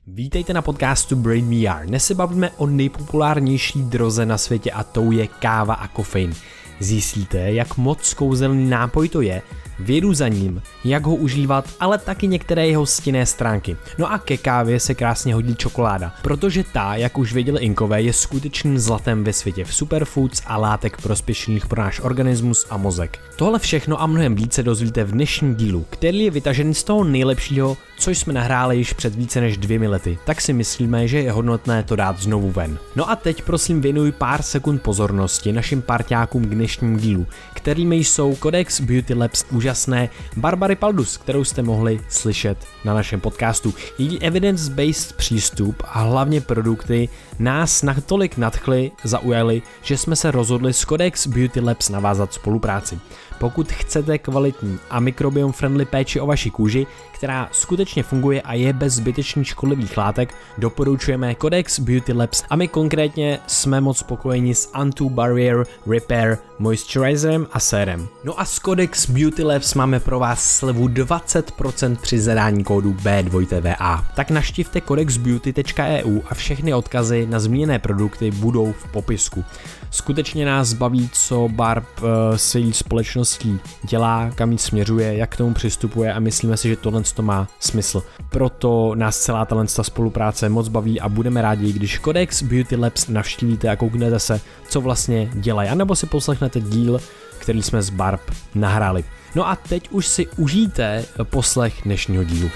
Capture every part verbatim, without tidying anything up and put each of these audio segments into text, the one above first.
Vítejte na podcastu Brain V R. Dnes se bavíme o nejpopulárnější droze na světě a tou je káva a kofein. Zjistíte, jak moc kouzelný nápoj to je, vědu za ním, jak ho užívat, ale taky některé jeho stinné stránky. No a ke kávě se krásně hodí čokoláda, protože ta, jak už věděli Inkové, je skutečným zlatem ve světě v superfoods a látek prospěšných pro náš organismus a mozek. Tohle všechno a mnohem více dozvíte v dnešním dílu, který je vytažen z toho nejlepšího, co jsme nahráli již před více než dvěmi lety, tak si myslíme, že je hodnotné to dát znovu ven. No a teď prosím věnuj pár sekund pozornosti našim parťákům k dnešnímu dílu, kterými jsou Codex Beauty Labs úžasné Barbary Paldus, kterou jste mohli slyšet na našem podcastu. Její evidence-based přístup a hlavně produkty nás natolik nadchly, zaujaly, že jsme se rozhodli s Codex Beauty Labs navázat spolupráci. Pokud chcete kvalitní a mikrobiom friendly péči o vaši kůži, která skutečně funguje a je bez zbytečných škodlivých látek, doporučujeme Codex Beauty Labs a my konkrétně jsme moc spokojeni s Anti-Barrier Repair Moisturizerem a sérem. No a s Codex Beauty Labs máme pro vás slevu dvacet procent při zadání kódu B dva T V A. Tak naštivte codexbeauty tečka e u a všechny odkazy na zmíněné produkty budou v popisku. Skutečně nás baví, co Barb uh, s její společností dělá, kam jí směřuje, jak k tomu přistupuje a myslíme si, že tohle to má smysl. Proto nás celá tato spolupráce moc baví a budeme rádi, když Codex Beauty Labs navštívíte a kouknete se, co vlastně dělají, anebo si poslechnete díl, který jsme s Barb nahráli. No a teď už si užijte poslech dnešního dílu.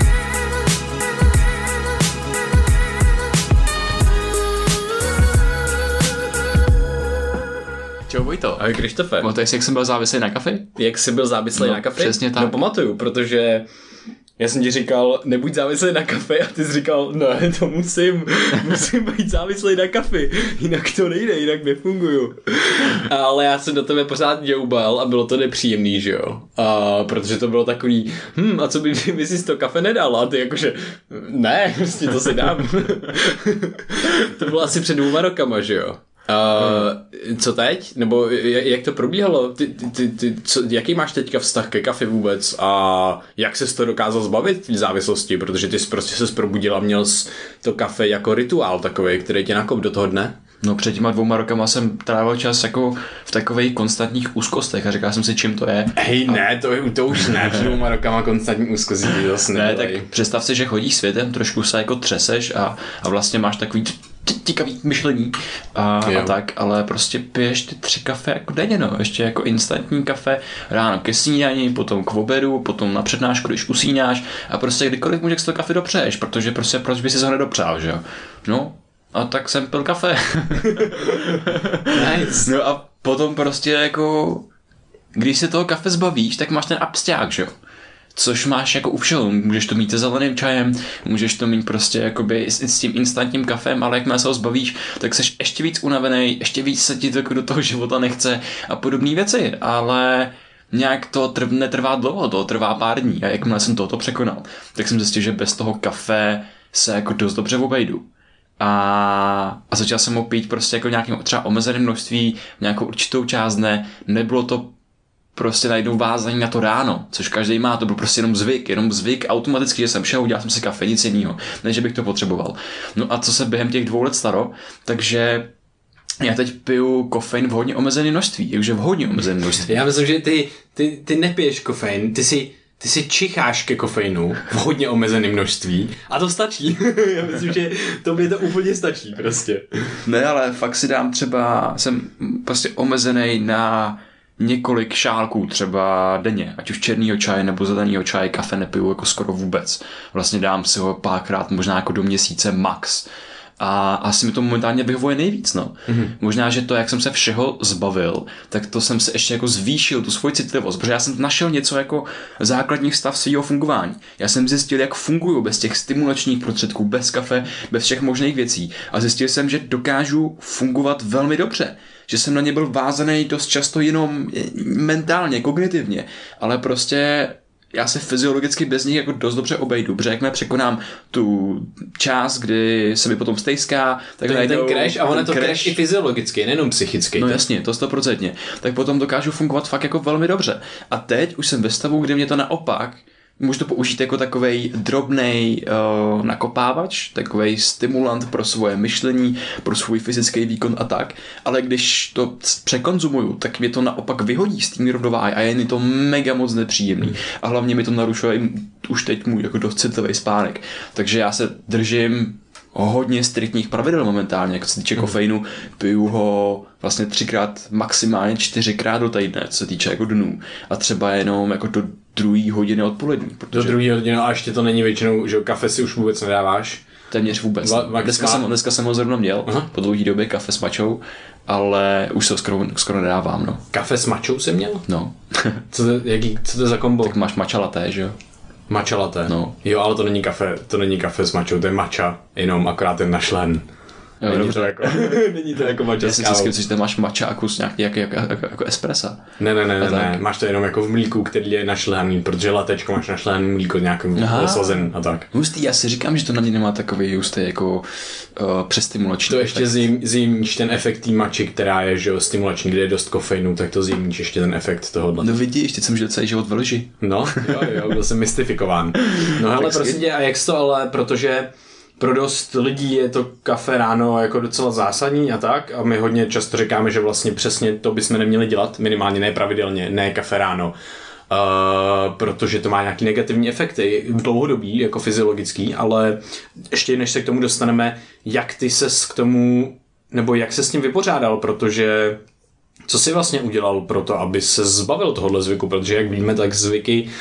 Čau Vojto. Ahoj Krištofe. Pamatuješ si, jak jsem byl závislý na kafi? Jak jsi byl závislý no, na kafi? Přesně tak. No pamatuju, protože já jsem ti říkal, nebuď závislý na kafe a ty jsi říkal, ne, to musím, musím být závislý na kafi, jinak to nejde, jinak nefunguju. Ale já jsem do tebe pořád děubal a bylo to nepříjemný, že jo? A protože to bylo takový, hm, a co by, by si to kafe nedal? A ty jakože, ne, prostě to si dám. To bylo asi před dvěma rokama, že jo? Uh, co teď? Nebo jak to probíhalo? Ty, ty, ty, ty, co, jaký máš teďka vztah ke kafi vůbec a jak ses to dokázal zbavit v závislosti? Protože ty jsi prostě ses probudil a měl jsi to kafe jako rituál takový, který tě nakop do toho dne? No před těma dvouma rokama jsem trávil čas jako v takových konstantních úzkostech a říkal jsem si, čím to je. Hej, a... ne, to, to už ne, před dvouma rokama konstantní úzkosti zase ne, tak představ si, že chodíš světem, trošku se jako třeseš a, a vlastně máš takový tíkavý myšlení a, a tak, ale prostě piješ ty tři kafe jako denně, no, ještě jako instantní kafe, ráno ke snídani, potom k obědu, potom na přednášku, když usínáš a prostě kdykoliv můžeš to kafe dopřeješ, protože prostě proč by si ho nedopřál, že jo? No, a tak jsem pil kafe. Nice. No a potom prostě jako, když se toho kafe zbavíš, tak máš ten absťák, že jo? Což máš jako u všeho, můžeš to mít se zeleným čajem, můžeš to mít prostě jakoby s, s tím instantním kafem, ale jakmile se ho zbavíš, tak seš ještě víc unavený, ještě víc se ti to do toho života nechce a podobné věci, ale nějak to trv, netrvá dlouho, to trvá pár dní a jakmile jsem toto překonal, tak jsem zjistil, že bez toho kafe se jako dost dobře obejdu. A, a začal jsem ho pít prostě jako nějakým třeba omezeným množství, nějakou určitou část dne, nebylo to prostě najednou vázaní na to ráno, což každý má, to byl prostě jenom zvyk, jenom zvyk automaticky, že jsem šel, udělal jsem si kafe, nic jiného, než že bych to potřeboval. No a co se během těch dvou let stalo, takže já teď piju kofein v hodně omezeném množství, takže v hodně omezeném množství. Já myslím, že ty, ty, ty nepiješ kofein, ty si Ty si čicháš ke kofeinu v hodně omezeném množství a to stačí. Já myslím, že to mě to úplně stačí prostě. Ne, ale fakt si dám třeba, jsem prostě omezený na několik šálků třeba denně, ať už černýho čaje nebo zeleného čaje, kafe nepiju jako skoro vůbec. Vlastně dám si ho párkrát, možná jako do měsíce max. A asi mi to momentálně vyhovuje nejvíc, no. Mm-hmm. Možná, že to, jak jsem se všeho zbavil, tak to jsem se ještě jako zvýšil, tu svoji citlivost, protože já jsem našel něco jako základních stav svého fungování. Já jsem zjistil, jak funguju bez těch stimulačních prostředků, bez kafe, bez všech možných věcí a zjistil jsem, že dokážu fungovat velmi dobře. Že jsem na ně byl vázaný dost často jenom mentálně, kognitivně, ale prostě já se fyziologicky bez nich jako dost dobře obejdu, protože jakmile překonám tu část, kdy se mi potom stejská, tak to najdou... ten crash, a ono to crash i fyziologicky, nejenom psychicky. No jasně, to stoprocentně. Tak potom dokážu fungovat fakt jako velmi dobře. A teď už jsem ve stavu, kdy mě to naopak můžu to použít jako takovej drobnej uh, nakopávač, takovej stimulant pro svoje myšlení, pro svůj fyzický výkon a tak, ale když to překonzumuju, tak mě to naopak vyhodí z té rovnováhy a je mi to mega moc nepříjemný. A hlavně mi to narušuje už teď můj jako dost citlivý spánek. Takže já se držím hodně striktních pravidel momentálně, jako se týče mm. kofeinu, piju ho vlastně třikrát, maximálně čtyřikrát do týdne, co se týče jako dnů. A třeba jenom jako do druhé hodiny odpolední. Protože... Do druhé hodiny a ještě to není většinou, že kafe si už vůbec nedáváš? Téměř vůbec. Va- dneska, jsem, dneska jsem ho zrovna měl, Aha. po dlouhé době kafe s mačou, ale už se ho skoro, skoro nedávám, no. Kafe s mačou jsi měl? No. co, to, jaký, co to je za kombo? Tak máš matcha latte, že jo? Matcha latte? No. Jo, ale to není kafe, to není kafe s mačou, to je matcha, jenom akorát ten našlen. Jo, není, to jako, není to jako matcha s kávou. Já si vždycky, že máš matcha a kus nějaký jako, jako, jako, jako espressa. Ne, ne, ne, ne, ne, máš to jenom jako v mlíku, který je našlehaný, protože latečko máš našlehaný mlíko nějakým slazen a tak. Hustý, já si říkám, že to na ně nemá takový hustý jako uh, přestimulační to ještě zjím, zjimníš ten efekt té mači, která je, že jo, stimulační, kde je dost kofeinu, tak to zjimníš ještě ten efekt tohohle. No vidíš, teď jsem žil celý život ve lži. No, jo, jo, byl jsem mystifikován. No hele, prosím tě, a jak to ale, protože pro dost lidí je to kafe ráno jako docela zásadní a tak a my hodně často říkáme, že vlastně přesně to bychom neměli dělat, minimálně ne pravidelně, ne kafe ráno, uh, protože to má nějaký negativní efekty, dlouhodobý, jako fyziologický, ale ještě než se k tomu dostaneme, jak ty ses k tomu, nebo jak se s tím vypořádal, protože co jsi vlastně udělal pro to, aby se zbavil tohohle zvyku, protože jak víme, tak zvyky,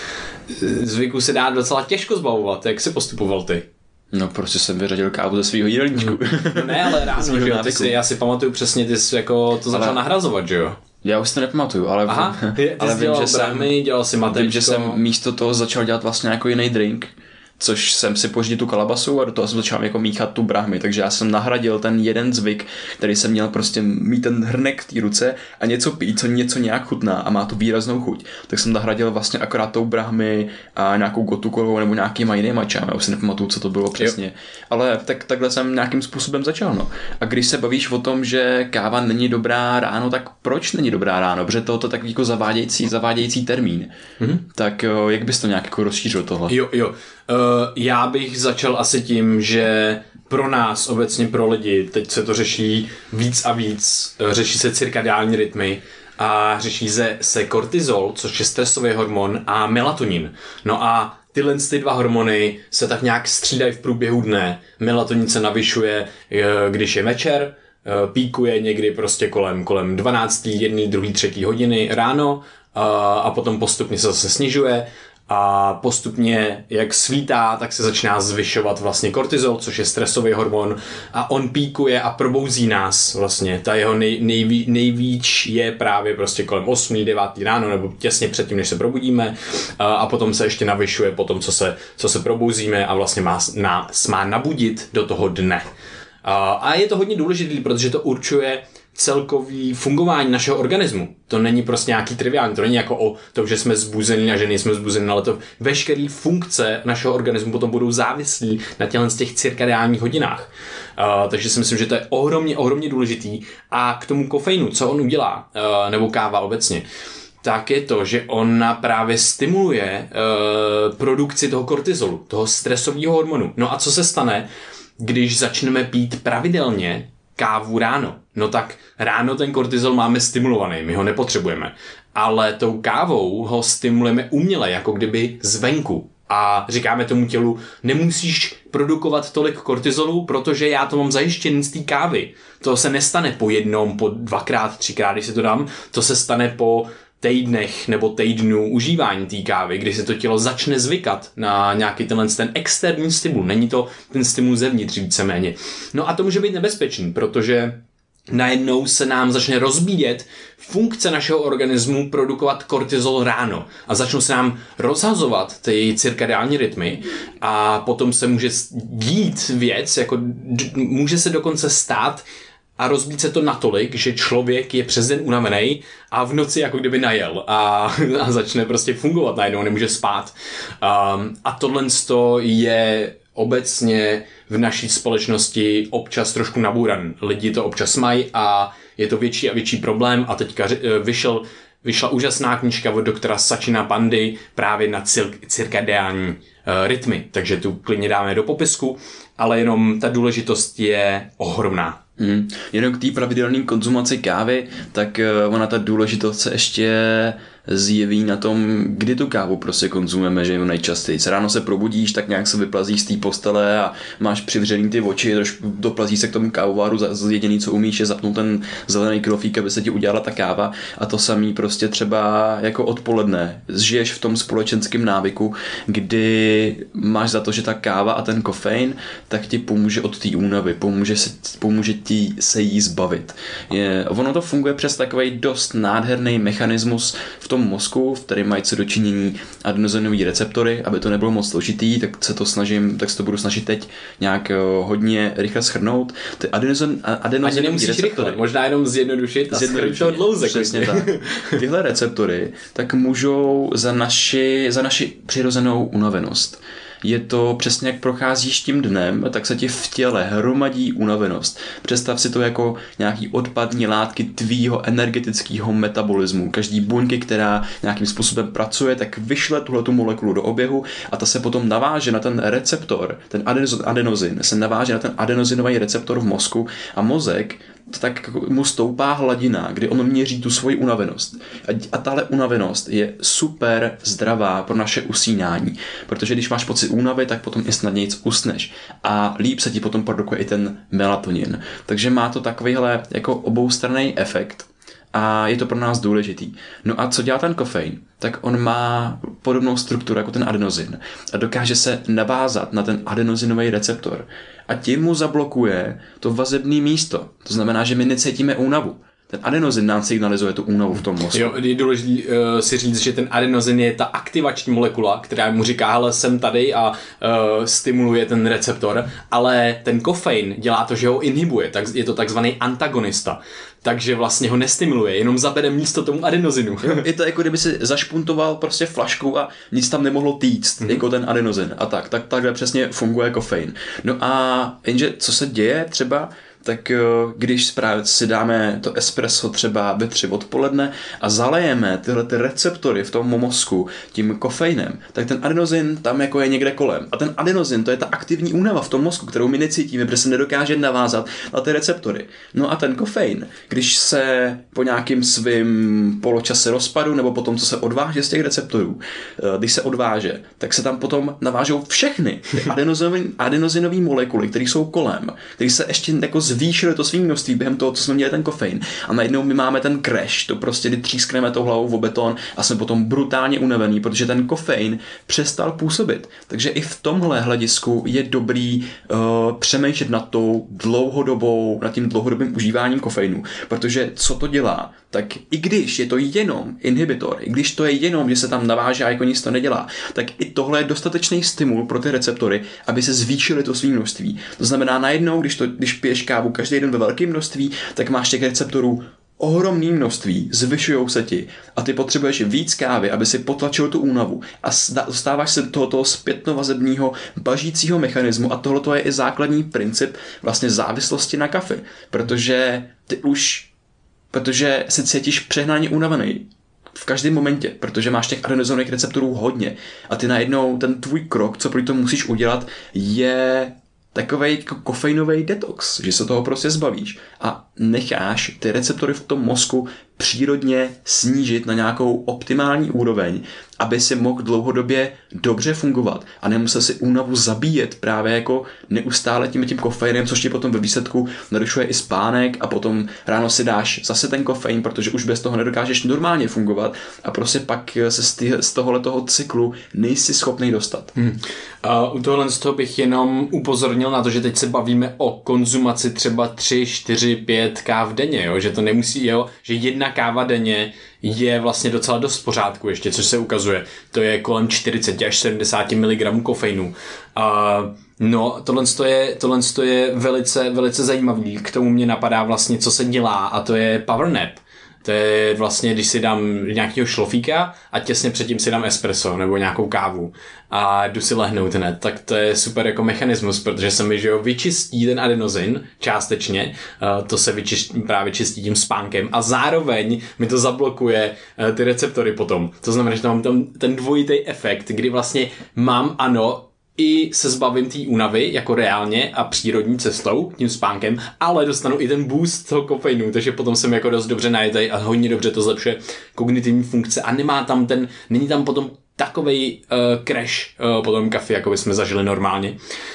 zvyku se dá docela těžko zbavovat, jak jsi postupoval ty? No prostě jsem vyřadil kávu ze svýho jídelníčku. No ne, ale ráno, že jo, ty si, já si pamatuju přesně, ty jsi jako to začal ale... nahrazovat, že jo? Já už si to nepamatuju, ale, Aha, ty ale jsi vím, dělal že brahmy, jsem, dělal si matečko. Vím, že jsem místo toho začal dělat vlastně jako jiný drink, což jsem si pořídil tu kalabasu a do toho jsem začal jako míchat tu brahmy, takže já jsem nahradil ten jeden zvyk, který jsem měl prostě mít ten hrnek v té ruce a něco pít, co něco nějak chutná a má tu výraznou chuť, tak jsem nahradil vlastně akorát tou brahmy a nějakou gotukovou nebo nějakýma jinýma čáma, já už si nepamatuju, co to bylo přesně, jo. Ale tak, takhle jsem nějakým způsobem začal, no. A když se bavíš o tom, že káva není dobrá ráno, tak proč není dobrá ráno? Protože to je takový jako zavádějící, zavádějící termín. Mm-hmm. Tak jo, jak bys to nějak jako rozšířil tohle? Jo, jo. Uh, já bych začal asi tím, že pro nás, obecně pro lidi, teď se to řeší víc a víc, řeší se cirkadiální rytmy a řeší se, se kortizol, což je stresový hormon, a melatonin. No a tyhle ty dva hormony se tak nějak střídají v průběhu dne. Melatonin se navyšuje, když je večer, píkuje někdy prostě kolem, kolem dvanácté, jedné, druhé, třetí hodiny ráno a potom postupně se zase snižuje. A postupně, jak svítá, tak se začíná zvyšovat vlastně kortizol, což je stresový hormon, a on píkuje a probouzí nás vlastně. Ta jeho nej, nejví, nejvíc je právě prostě kolem osmé, deváté ráno, nebo těsně předtím, než se probudíme, a, a potom se ještě navyšuje po tom, co se, co se probouzíme, a vlastně má, nás má nabudit do toho dne. A, a je to hodně důležité, protože to určuje celkový fungování našeho organismu. To není prostě nějaký triviální, to není jako o tom, že jsme zbuzení a že nejsme zbuzení, ale to veškeré funkce našeho organismu potom budou závislí na těchto z těch cirkadiálních hodinách. Uh, takže si myslím, že to je ohromně, ohromně důležitý. A k tomu kofeinu, co on udělá, uh, nebo káva obecně, tak je to, že ona právě stimuluje uh, produkci toho kortizolu, toho stresového hormonu. No a co se stane, když začneme pít pravidelně kávu ráno? No tak ráno ten kortizol máme stimulovaný, my ho nepotřebujeme. Ale tou kávou ho stimulujeme uměle, jako kdyby zvenku. A říkáme tomu tělu, nemusíš produkovat tolik kortizolu, protože já to mám zajištěný z té kávy. To se nestane po jednom, po dvakrát, třikrát, když si to dám. To se stane po týdnech nebo týdnu užívání té kávy, kdy se to tělo začne zvykat na nějaký tenhle ten externí stimul. Není to ten stimul zevnitř víceméně. No a to může být nebezpečný, protože najednou se nám začne rozbíjet funkce našeho organismu produkovat kortizol ráno a začnou se nám rozhazovat ty cirkadiální rytmy a potom se může dít věc, jako může se dokonce stát a rozbít se to natolik, že člověk je přes den unavený a v noci jako kdyby najel a, a začne prostě fungovat najednou, nemůže spát. Um, a tohle je obecně v naší společnosti občas trošku nabůran. Lidi to občas mají a je to větší a větší problém a teďka vyšel vyšla úžasná knížka od doktora Sachina Pandy právě na cir- cirkadiální uh, rytmy, takže tu klidně dáme do popisku, ale jenom ta důležitost je ohromná. Hmm. Jenom k té pravidelné konzumaci kávy, tak uh, ona ta důležitost se ještě zjeví na tom, kdy tu kávu prostě konzumujeme, že jo, nejčastěji. Ráno se probudíš, tak nějak se vyplazíš z té postele a máš přivřený ty oči, trošku doplazíš se k tomu kávovaru, jediný, co umíš, je zapnout ten zelený knoflík, aby se ti udělala ta káva, a to samý prostě třeba jako odpoledne. Žiješ v tom společenském návyku, kdy máš za to, že ta káva a ten kofein tak ti pomůže od té únavy, pomůže, se, pomůže ti se jí zbavit. Je, ono to funguje přes takový dost nádherný mechanismus v tom mozku, v kterém mají co dočinění adenozinové receptory. Aby to nebylo moc složitý, tak se to snažím, tak se to budu snažit teď nějak hodně rychle shrnout. Ty adenozin, adenozinové receptory. Rychle, možná jenom zjednodušit a zjednodušit to dlouze. Přesně tak. Tyhle receptory tak můžou za naši, za naši přirozenou unavenost. Je to přesně, jak procházíš tím dnem, tak se ti v těle hromadí unavenost. Představ si to jako nějaký odpadní látky tvýho energetického metabolismu. Každý buňky, která nějakým způsobem pracuje, tak vyšle tuhletu molekulu do oběhu a ta se potom naváže na ten receptor, ten adenozin se naváže na ten adenozinový receptor v mozku a mozek tak mu stoupá hladina, kdy on měří tu svoji unavenost. A tahle unavenost je super zdravá pro naše usínání, protože když máš pocit únavy, tak potom i snadněji usneš a líp se ti potom produkuje i ten melatonin. Takže má to takovýhle jako oboustranný efekt a je to pro nás důležitý. No a co dělá ten kofein? Tak on má podobnou strukturu jako ten adenozin a dokáže se navázat na ten adenozinový receptor a tím mu zablokuje to vazebné místo. To znamená, že my necítíme únavu. Ten adenozin nám signalizuje tu únavu v tom mozku. Jo, je důležité uh, si říct, že ten adenozin je ta aktivační molekula, která mu říká, hele, jsem tady a uh, stimuluje ten receptor, ale ten kofein dělá to, že ho inhibuje, tak je to takzvaný antagonista. Takže vlastně ho nestimuluje, jenom zabere místo tomu adenozinu. Je to jako kdyby si zašpuntoval prostě flašku a nic tam nemohlo týct, mm-hmm. jako ten adenozin a tak. Tak takhle přesně funguje kofein. No a jenže co se děje třeba, tak když si dáme to espresso třeba ve tři odpoledne a zalejeme tyhle ty receptory v tom mozku tím kofeinem, tak ten adenozin tam jako je někde kolem. A ten adenozin, to je ta aktivní únava v tom mozku, kterou my necítíme, protože se nedokáže navázat na ty receptory. No a ten kofein, když se po nějakým svým poločase rozpadu nebo po tom, co se odváže z těch receptorů, když se odváže, tak se tam potom navážou všechny ty adenozinové molekuly, které jsou kolem, které se ještě jako zvýšili to svým množství během toho, co jsme měli ten kofein. A najednou my máme ten crash, to prostě, kdy třískneme tou hlavou o beton a jsme potom brutálně unavený, protože ten kofein přestal působit. Takže i v tomhle hledisku je dobrý uh, přemýšlet nad tou dlouhodobou, nad tím dlouhodobým užíváním kofeinu. Protože co to dělá? Tak i když je to jenom inhibitor, i když to je jenom, že se tam naváže a jako nic to nedělá, tak i tohle je dostatečný stimul pro ty receptory, aby se zvýšily to svým množství. To znamená najednou, když, to, když piješ kávu každý den ve velkém množství, tak máš těch receptorů ohromné množství, zvyšujou se ti a ty potřebuješ víc kávy, aby si potlačil tu únavu a dostáváš se do tohoto zpětnovazebního bažícího mechanismu a tohle je i základní princip vlastně závislosti na kafi, protože ty už protože se cítíš přehnaně unavený v každém momentě, protože máš těch adenozinových receptorů hodně a ty najednou ten tvůj krok, co pro to musíš udělat, je takovej jako kofeinový detox, že se toho prostě zbavíš a necháš ty receptory v tom mozku přírodně snížit na nějakou optimální úroveň, aby si mohl dlouhodobě dobře fungovat a nemusel si únavu zabíjet právě jako neustále tím tím kofeinem, což ti potom ve výsledku narušuje i spánek a potom ráno si dáš zase ten kofein, protože už bez toho nedokážeš normálně fungovat a prostě pak se z, tý, z tohohletoho cyklu nejsi schopný dostat. Hmm. Uh, u tohle z toho bych jenom upozornil na to, že teď se bavíme o konzumaci třeba tři, čtyři, pět káv denně, jo? Že to nemusí, jo? Že jedna káva denně je vlastně docela dost v pořádku ještě, což se ukazuje. To je kolem čtyřicet až sedmdesát miligramů kofeinu. Uh, no, tohle je, tohle je velice, velice zajímavý. K tomu mě napadá vlastně, co se dělá a to je power nap. To je vlastně, když si dám nějakého šlofíka a těsně předtím si dám espresso nebo nějakou kávu a jdu si lehnout hned, tak to je super jako mechanismus, protože se mi, že jo, vyčistí ten adenozin částečně, to se vyčistí, právě čistí tím spánkem a zároveň mi to zablokuje ty receptory potom. To znamená, že tam mám tam ten dvojitý efekt, kdy vlastně mám, ano, i se zbavím té únavy, jako reálně a přírodní cestou, tím spánkem, ale dostanu i ten boost toho kofeinu, takže potom jsem jako dost dobře najetej a hodně dobře to zlepšuje kognitivní funkce a nemá tam ten, není tam potom takovej uh, crash uh, po tom kafi, jako bychom zažili normálně.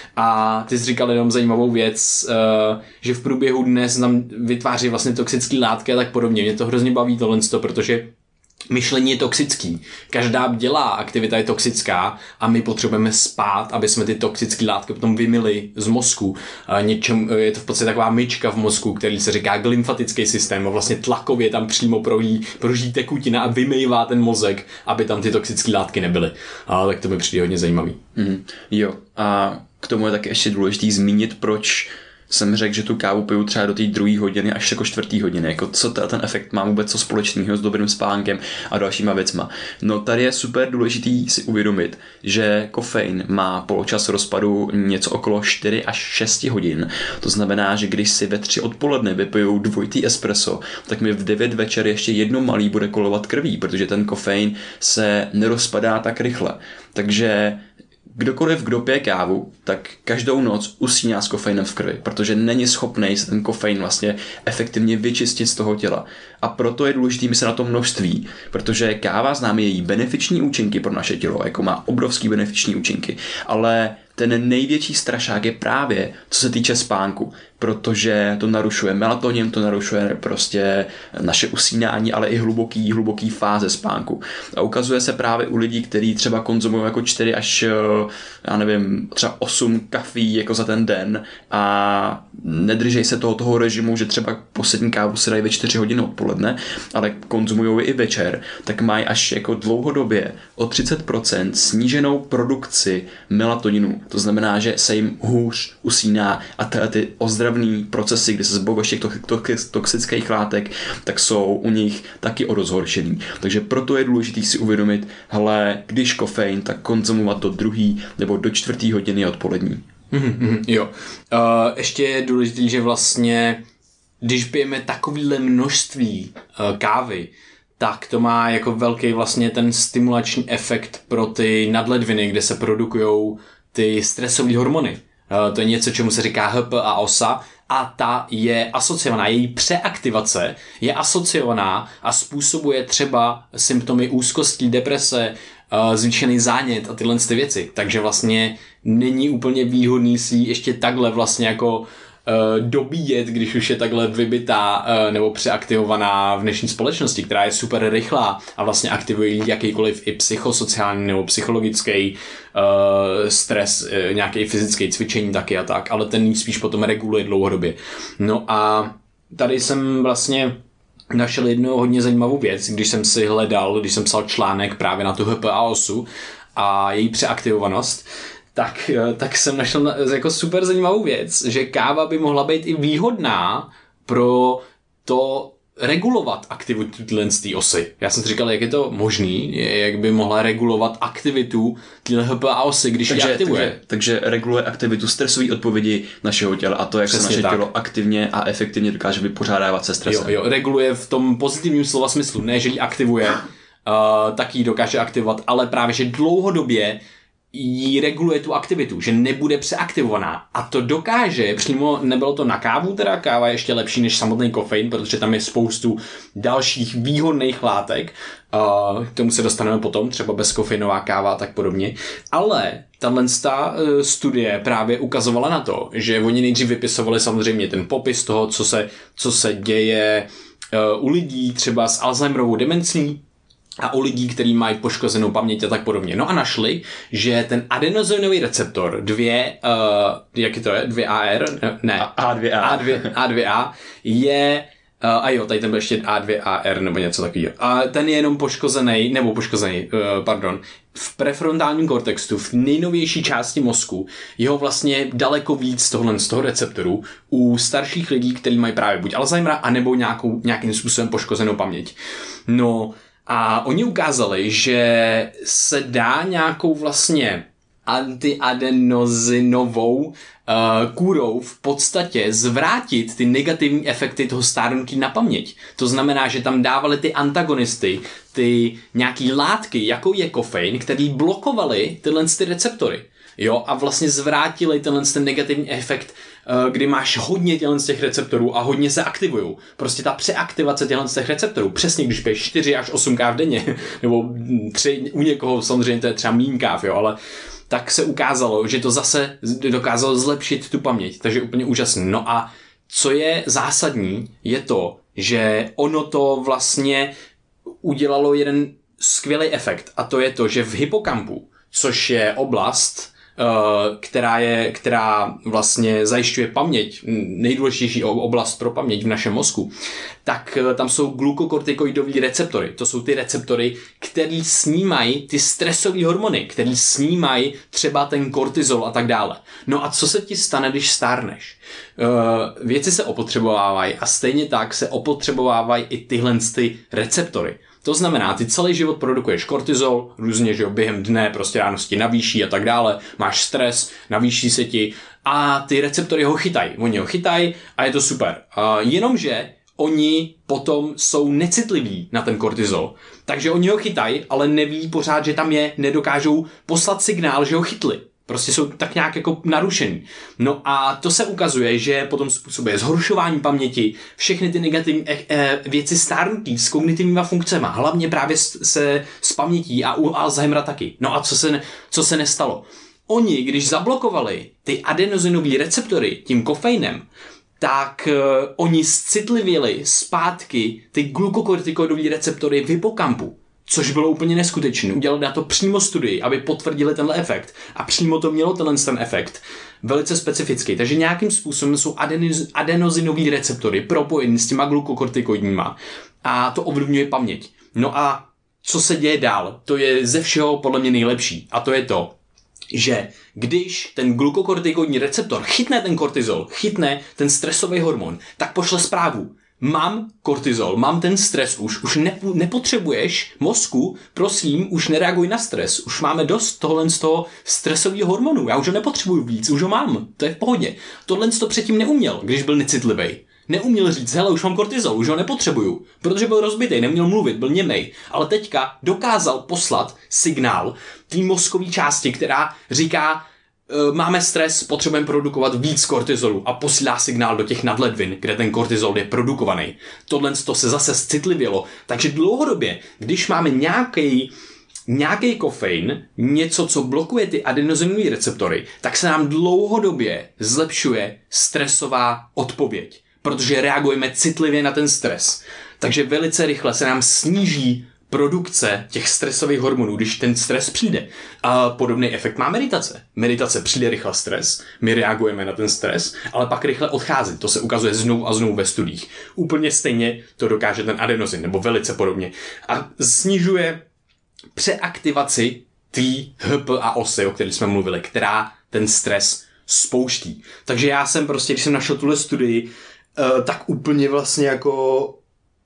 A ty jsi říkal jenom zajímavou věc, uh, že v průběhu dne se tam vytváří vlastně toxické látky a tak podobně. Mě to hrozně baví tohle, protože myšlení je toxický. Každá bdělá aktivita je toxická a my potřebujeme spát, aby jsme ty toxické látky potom vymyli z mozku. Něčem, je to v podstatě taková myčka v mozku, který se říká glymfatický systém a vlastně tlakově tam přímo projí, proží tekutina a vymývá ten mozek, aby tam ty toxické látky nebyly. A tak to mi přijde hodně zajímavý. Mm, jo, a k tomu je taky ještě důležitý zmínit, proč jsem řekl, že tu kávu piju třeba do té druhé hodiny až jako čtvrtý hodiny. Jako co ten efekt má vůbec co společného s dobrým spánkem a dalšíma věcma. No tady je super důležitý si uvědomit, že kofein má poločas rozpadu něco okolo čtyři až šest hodin. To znamená, že když si ve tři odpoledne vypiju dvojitý espresso, tak mi v devět večer ještě jedno malý bude kolovat krví, protože ten kofein se nerozpadá tak rychle. Takže kdokoliv, kdo pije kávu, tak každou noc usíná s kofeinem v krvi, protože není schopný se ten kofein vlastně efektivně vyčistit z toho těla. A proto je důležité myslet na to množství, protože káva známe její benefiční účinky pro naše tělo, jako má obrovský benefiční účinky, ale ten největší strašák je právě, co se týče spánku, protože to narušuje melatonin, to narušuje prostě naše usínání, ale i hluboký, hluboký fáze spánku. A ukazuje se právě u lidí, kteří třeba konzumují jako čtyři až, já nevím, třeba osm kafí jako za ten den a nedržej se toho, toho režimu, že třeba poslední kávu si dají ve čtyři hodiny odpoledne, ale konzumují i večer, tak mají až jako dlouhodobě o třicet procent sníženou produkci melatoninu. To znamená, že se jim hůř usíná a ty, ty ozdravný procesy, kdy se zbaví těch toxických látek, tak jsou u nich taky o rozhoršený. Takže proto je důležité si uvědomit, hele, když kofein, tak konzumovat do druhý nebo do čtvrtý hodiny odpolední. Mm-hmm, jo. Uh, ještě je důležité, že vlastně, když pijeme takovýhle množství uh, kávy, tak to má jako velký vlastně ten stimulační efekt pro ty nadledviny, kde se produkujou ty stresové hormony. To je něco, čemu se říká H P A osa a ta je asociovaná, její přeaktivace je asociovaná a způsobuje třeba symptomy úzkosti, deprese, zvýšený zánět a tyhle ty věci. Takže vlastně není úplně výhodný si ještě takhle vlastně jako dobíjet, když už je takhle vybitá nebo přeaktivovaná v dnešní společnosti, která je super rychlá a vlastně aktivuje jakýkoliv i psychosociální nebo psychologický uh, stres, nějaký fyzický cvičení taky a tak, ale ten spíš potom reguluje dlouhodobě. No a tady jsem vlastně našel jednu hodně zajímavou věc, když jsem si hledal, když jsem psal článek právě na tu H P A osu a její přeaktivovanost, Tak, tak jsem našel jako super zajímavou věc, že káva by mohla být i výhodná pro to regulovat aktivitu té osy. Já jsem si říkal, jak je to možný, jak by mohla regulovat aktivitu téhle H P A osy, když takže, ji aktivuje. Takže, takže reguluje aktivitu stresové odpovědi našeho těla a to, jak Přesně se naše tak. tělo aktivně a efektivně dokáže vypořádávat se stresem. Jo, jo, reguluje v tom pozitivním slova smyslu, ne, že ji aktivuje, uh, tak ji dokáže aktivovat, ale právě, že dlouhodobě jí reguluje tu aktivitu, že nebude přeaktivovaná. A to dokáže, přímo nebylo to na kávu, teda káva je ještě lepší než samotný kofein, protože tam je spoustu dalších výhodných látek, uh, k tomu se dostaneme potom, třeba bezkofeinová káva a tak podobně. Ale tahle studie právě ukazovala na to, že oni nejdřív vypisovali samozřejmě ten popis toho, co se, co se děje uh, u lidí třeba s Alzheimerovou demencí, a u lidí, kteří mají poškozenou paměť a tak podobně. No a našli, že ten adenozínový receptor dvě, uh, jak je to je? dvě A R? Ne. A dvě A. A dvě A je a jo, tady ten byl ještě A dva A R nebo něco takového. A ten je jenom poškozený, nebo poškozený, uh, pardon, v prefrontálním kortextu, v nejnovější části mozku, jeho vlastně daleko víc tohle z toho receptoru u starších lidí, kteří mají právě buď Alzheimera, anebo nějakou, nějakým způsobem poškozenou paměť. No a oni ukázali, že se dá nějakou vlastně antiadenozinovou uh, kůrou v podstatě zvrátit ty negativní efekty toho stárnutí na paměť. To znamená, že tam dávali ty antagonisty, ty nějaký látky, jako je kofein, který blokovali tyhle ty receptory. Jo, a vlastně zvrátili tenhle ten negativní efekt, kdy máš hodně těchto z těch receptorů a hodně se aktivujou. Prostě ta přeaktivace těchto z těch receptorů, přesně když piješ čtyři až osm káv denně, nebo tři, u někoho samozřejmě to je třeba míň káv, jo, ale tak se ukázalo, že to zase dokázalo zlepšit tu paměť, takže úplně úžasný. No a co je zásadní, je to, že ono to vlastně udělalo jeden skvělý efekt, a to je to, že v hypokampu, což je oblast, která je, která vlastně zajišťuje paměť, nejdůležitější oblast pro paměť v našem mozku, tak tam jsou glukokortikoidové receptory. To jsou ty receptory, které snímají ty stresové hormony, které snímají třeba ten kortizol a tak dále. No a co se ti stane, když stárneš? Věci se opotřebovávají a stejně tak se opotřebovávají i tyhle ty receptory. To znamená, ty celý život produkuješ kortizol, různě, že jo, během dne prostě ráno se ti navýší a tak dále, máš stres, navýší se ti a ty receptory ho chytají. Oni ho chytají a je to super. Uh, jenomže oni potom jsou necitliví na ten kortizol. Takže oni ho chytají, ale neví pořád, že tam je, nedokážou poslat signál, že ho chytli. Prostě jsou tak nějak jako narušený. No a to se ukazuje, že potom způsobuje zhoršování paměti, všechny ty negativní e, e, věci stárnutí s kognitivníma funkcemi, hlavně právě se s pamětí a u Alzheimera taky. No a co se, co se nestalo? Oni, když zablokovali ty adenozinové receptory tím kofeinem, tak uh, oni citlivěli zpátky ty glukokortikoidové receptory v hypokampu. Což bylo úplně neskutečné. Udělali na to přímo studii, aby potvrdili tenhle efekt. A přímo to mělo tenhle ten efekt. Velice specifický. Takže nějakým způsobem jsou adenoz, adenozinové receptory propojeny s těma glukokortikoidníma. A to ovlivňuje paměť. No a co se děje dál? To je ze všeho podle mě nejlepší. A to je to, že když ten glukokortikoidní receptor chytne ten kortizol, chytne ten stresový hormon, tak pošle zprávu. Mám kortizol, mám ten stres už, už ne, nepotřebuješ mozku, prosím, už nereaguj na stres, už máme dost tohle z toho stresového hormonu, já už ho nepotřebuju víc, už ho mám, to je v pohodě. Tohle to předtím neuměl, když byl necitlivý. Neuměl říct, hele, už mám kortizol, už ho nepotřebuju, protože byl rozbitej, neměl mluvit, byl němej, ale teďka dokázal poslat signál té mozkové části, která říká, máme stres, potřebujeme produkovat víc kortizolu a posílá signál do těch nadledvin, kde ten kortizol je produkovaný. Tohle to se zase citlivělo, takže dlouhodobě, když máme nějaký nějaký kofein, něco, co blokuje ty adenozinové receptory, tak se nám dlouhodobě zlepšuje stresová odpověď, protože reagujeme citlivě na ten stres. Takže velice rychle se nám sníží produkce těch stresových hormonů, když ten stres přijde. A podobný efekt má meditace. Meditace přijde rychle stres, my reagujeme na ten stres, ale pak rychle odchází. To se ukazuje znovu a znovu ve studiích. Úplně stejně to dokáže ten adenozin, nebo velice podobně. A snižuje přeaktivaci té H P A osy, o které jsme mluvili, která ten stres spouští. Takže já jsem prostě, když jsem našel tuhle studii, tak úplně vlastně jako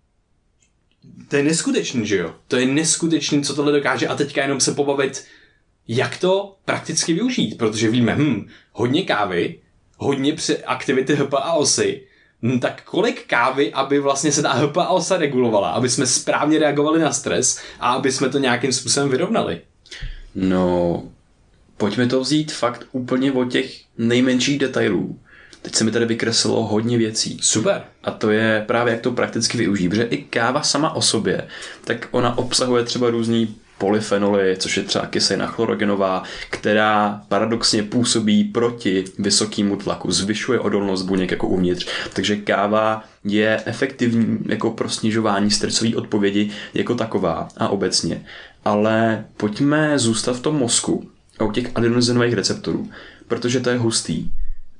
to je neskutečný, že jo? To je neskutečný, co tohle dokáže a teďka jenom se pobavit, jak to prakticky využít, protože víme, hm, hodně kávy, hodně při aktivity H P A osy, hm, tak kolik kávy, aby vlastně se ta H P A osa regulovala, aby jsme správně reagovali na stres a aby jsme to nějakým způsobem vyrovnali? No, pojďme to vzít fakt úplně od těch nejmenších detailů. Teď se mi tady vykreslilo hodně věcí. Super. A to je právě, jak to prakticky využít. Protože i káva sama o sobě, tak ona obsahuje třeba různý polyfenoly, což je třeba kyselina chlorogenová, která paradoxně působí proti vysokému tlaku, zvyšuje odolnost buněk jako uvnitř. Takže káva je efektivní jako pro snižování stresové odpovědi jako taková a obecně. Ale pojďme zůstat v tom mozku a u těch adenozinových receptorů, protože to je hustý.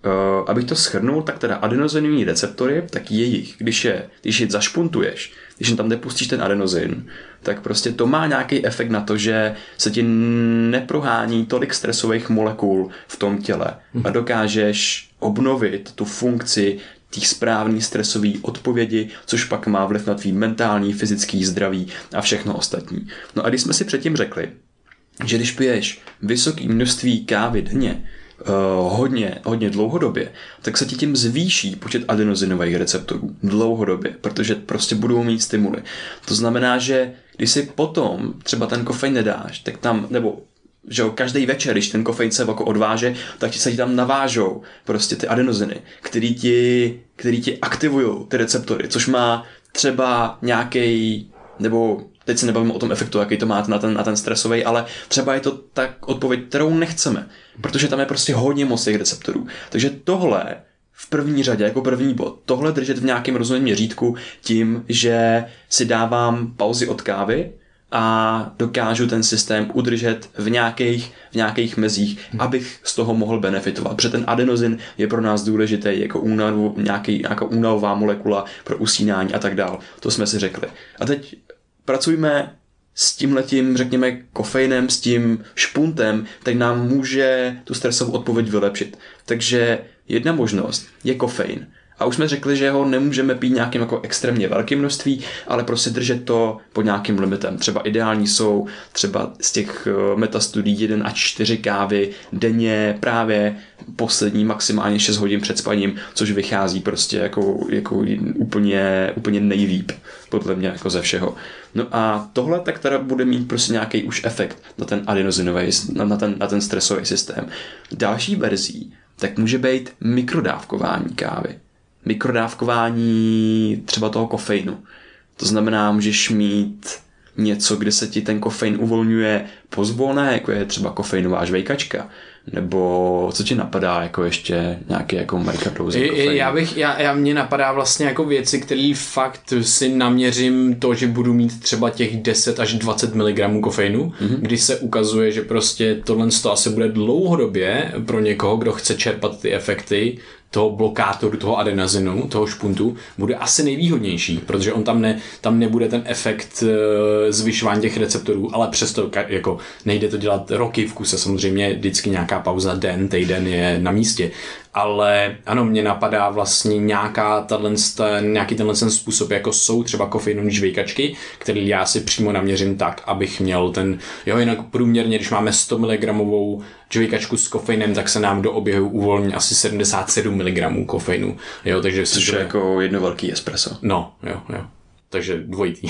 Uh, abych to shrnul, tak teda adenozinový receptory, tak jejich, když je, když je zašpuntuješ, když tam nepustíš ten adenozin, tak prostě to má nějaký efekt na to, že se ti neprohání tolik stresových molekul v tom těle a dokážeš obnovit tu funkci těch správný stresový odpovědi, což pak má vliv na tvý mentální, fyzický zdraví a všechno ostatní. No a když jsme si předtím řekli, že když piješ vysoké množství kávy denně, Uh, hodně, hodně dlouhodobě, tak se ti tím zvýší počet adenozinových receptorů dlouhodobě, protože prostě budou mít stimuly. To znamená, že když si potom třeba ten kofein nedáš, tak tam, nebo že jo, každý večer, když ten kofein se jako odváže, tak ti se ti tam navážou prostě ty adenoziny, který ti, který ti aktivují ty receptory, což má třeba nějaký, nebo teď se nebavíme o tom efektu, jaký to má na ten, na ten stresový, ale třeba je to tak odpověď, kterou nechceme, protože tam je prostě hodně moc těch receptorů. Takže tohle v první řadě, jako první bod, tohle držet v nějakém rozumném měřítku tím, že si dávám pauzy od kávy a dokážu ten systém udržet v nějakých, v nějakých mezích, abych z toho mohl benefitovat. Protože ten adenozin je pro nás důležitý jako únavu, nějaký, nějaká únavová molekula pro usínání a tak dál. To jsme si řekli. A teď pracujme s tímhletím, řekněme, kofeinem, s tím špuntem, tak nám může tu stresovou odpověď vylepšit. Takže jedna možnost je kofein. A už jsme řekli, že ho nemůžeme pít nějakým jako extrémně velkým množství, ale prostě držet to pod nějakým limitem. Třeba ideální jsou třeba z těch metastudií jedna až čtyři kávy denně právě poslední maximálně šest hodin před spaním, což vychází prostě jako, jako úplně, úplně nejlíp podle mě jako ze všeho. No a tohle tak teda bude mít prostě nějaký už efekt na ten adenozinový, na ten, na ten stresový systém. Další verzí tak může být mikrodávkování kávy. Mikrodávkování třeba toho kofeinu. To znamená, můžeš mít něco, kde se ti ten kofein uvolňuje pozvolné, jako je třeba kofeinová žvejkačka, nebo co ti napadá, jako ještě nějaký jako microdose kofeinu? Já bych, já, já mě napadá vlastně jako věci, které fakt si naměřím to, že budu mít třeba těch deset až dvacet miligramů kofeinu, mm-hmm. kdy se ukazuje, že prostě tohle asi bude dlouhodobě pro někoho, kdo chce čerpat ty efekty toho blokátoru, toho adenozinu, toho špuntu, bude asi nejvýhodnější, protože on tam, ne, tam nebude ten efekt e, zvyšování těch receptorů, ale přesto jako nejde to dělat roky v kuse, samozřejmě vždycky nějaká pauza, den, týden je na místě, ale ano, mě napadá vlastně nějaká tato, nějaký tenhle ten způsob, jako jsou třeba kofeinové žvejkačky, který já si přímo naměřím tak, abych měl ten, jo, jinak průměrně, když máme sto miligramů žvejkačku s kofeinem, tak se nám do oběhu uvolní asi sedmdesát sedm miligramů kofeinu, jo, takže což je jako jedno velký espresso. No, jo, jo. Takže dvojitý.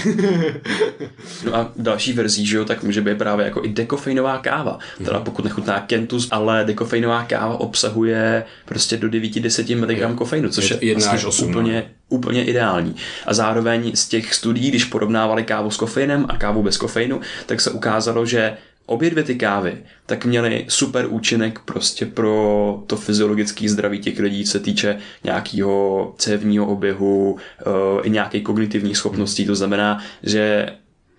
No a další verzí, že jo, tak může být právě jako i dekofeinová káva. Teda pokud nechutná Kentus, ale dekofeinová káva obsahuje prostě do devět až deset miligramů kofeinu, což je jedna až vlastně osm, úplně, no. úplně ideální. A zároveň z těch studií, když porovnávali kávu s kofeinem a kávu bez kofeinu, tak se ukázalo, že obě dvě ty kávy tak měly super účinek prostě pro to fyziologické zdraví těch lidí, co se týče nějakého cévního oběhu i nějaké kognitivní schopností. To znamená, že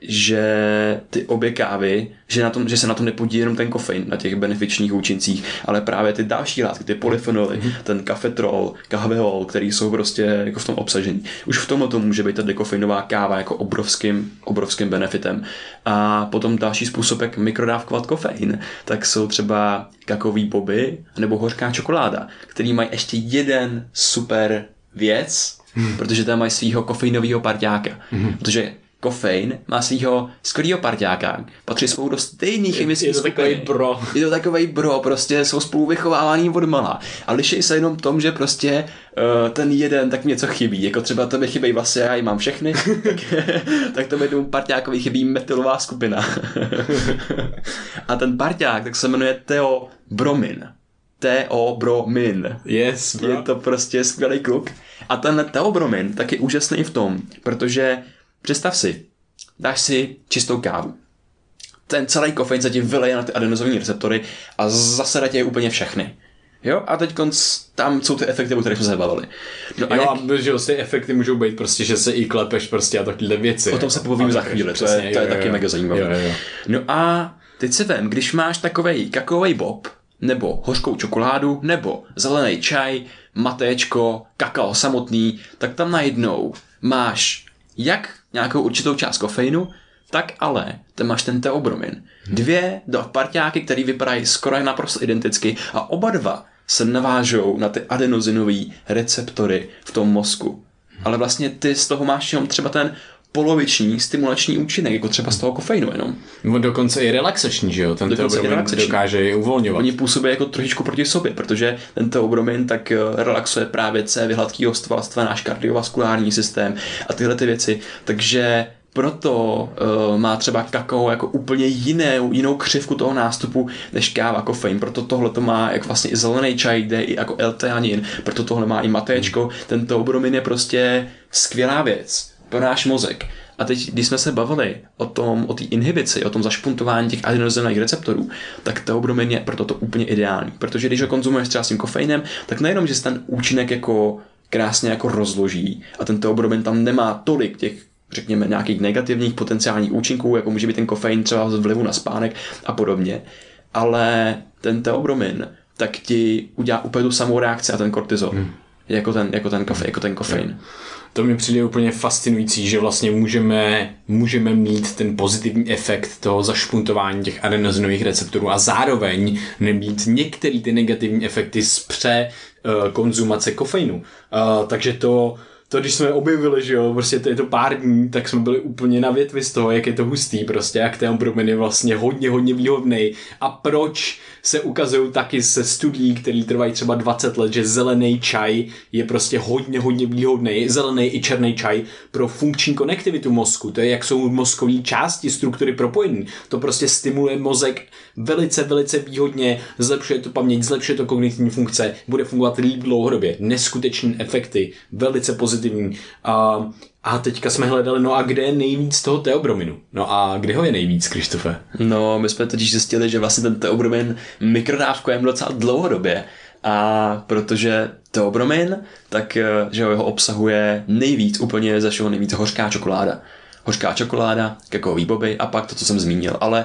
že ty obě kávy, že, na tom, že se na tom nepodílí jenom ten kofein, na těch benefičních účincích, ale právě ty další látky, ty polyfenoly, mm-hmm. ten kafetrol, kahveol, který jsou prostě jako v tom obsažení. Už v tomhle to může být ta dekofeinová káva jako obrovským, obrovským benefitem. A potom další způsob, jak mikrodávkovat kofein, tak jsou třeba kakaový boby nebo hořká čokoláda, který mají ještě jeden super věc, mm. protože tam mají svýho kofeinového parťáka. Mm. Protože kofein má svýho skvělýho parťáka, patří spolu do stejných chemických skupin. Je to takovej bro. Je to takovej bro, prostě jsou spolu vychovávaný od mala. A liší se jenom v tom, že prostě uh, ten jeden tak něco chybí. Jako třeba to mi chybí vlastně, já ji mám všechny, tak, tak to mi tomu parťákovi chybí metylová skupina. A ten parťák tak se jmenuje teobromin. Teobromin. Yes, bro. Je to prostě skvělý kluk. A ten teobromin tak je úžasný v tom, protože představ si, dáš si čistou kávu. Ten celý kofein se ti vyleje na ty adenozovní receptory a zasede tě úplně všechny. Jo? A teď tam jsou ty efekty, o kterých jsme se bavili. No a jo, jak... a že ty efekty můžou být prostě, že se i klepeš prostě a takové věci. O tom se pobavíme za chvíli, to je, to je jo, taky jo, mega zajímavé. Jo, jo. No a teď se vem, když máš takovej kakaový bob nebo hořkou čokoládu, nebo zelený čaj, matéčko, kakao samotný, tak tam najednou máš jak nějakou určitou část kofeinu, tak ale tam máš ten teobromin. Dvě, dva parťáky, které vypadají skoro naprosto identicky a oba dva se navážou na ty adenozinové receptory v tom mozku. Ale vlastně ty z toho máš jenom třeba ten poloviční stimulační účinek, jako třeba z toho kofeinu jenom. No dokonce i relaxační, že jo? Ten teobromin dokáže uvolňovat. Oni působí jako trošičku proti sobě, protože ten teobromin tak relaxuje právě cévy hladkého svalstva, náš kardiovaskulární systém a tyhle ty věci. Takže proto uh, má třeba kakao jako úplně jiné, jinou křivku toho nástupu než káva, kofein. Proto tohle to má jako vlastně i zelený čaj, jde i jako L-theanin, proto tohle má i matéčko. Ten teobromin je prostě skvělá věc pro náš mozek. A teď, když jsme se bavili o tom, o té inhibici, o tom zašpuntování těch adenozinových receptorů, tak teobromin je proto to úplně ideální. Protože když ho konzumuješ třeba s tím kofeinem, tak nejenom, že se ten účinek jako krásně jako rozloží a ten teobromin tam nemá tolik těch, řekněme, nějakých negativních potenciálních účinků, jako může být ten kofein třeba z vlivu na spánek a podobně, ale ten teobromin tak ti udělá úplně tu samou reakci a ten kortizol. Hmm. Jako ten, jako ten, kofe, jako ten kofein. To mi přijde úplně fascinující, že vlastně můžeme, můžeme mít ten pozitivní efekt toho zašpuntování těch adenozinových receptorů a zároveň nemít některé ty negativní efekty z překonzumace kofeinu. Uh, takže to To, když jsme objevili, že jo, prostě to je to pár dní, tak jsme byli úplně na větvi z toho, jak je to hustý prostě, jak ten teobromin je vlastně hodně, hodně výhodný a proč se ukazují taky se studií, které trvají třeba dvacet let, že zelený čaj je prostě hodně, hodně výhodný, zelený i černý čaj pro funkční konektivitu mozku, to je jak jsou mozkové části, struktury propojené, to prostě stimuluje mozek velice, velice výhodně, zlepšuje to paměť, zlepšuje to kognitivní funkce, bude fungovat líp dlouhodobě, neskutečné efekty, velice pozitivní. A, a teďka jsme hledali, no a kde je nejvíc toho teobrominu? No a kde ho je nejvíc, Krištofe? No, my jsme totiž zjistili, že vlastně ten teobromin mikrodávkujeme docela dlouhodobě. A protože teobromin, tak že ho obsahuje nejvíc, úplně ze všeho nejvíc hořká čokoláda. Hořká čokoláda, kakaový boby a pak to, co jsem zmínil. Ale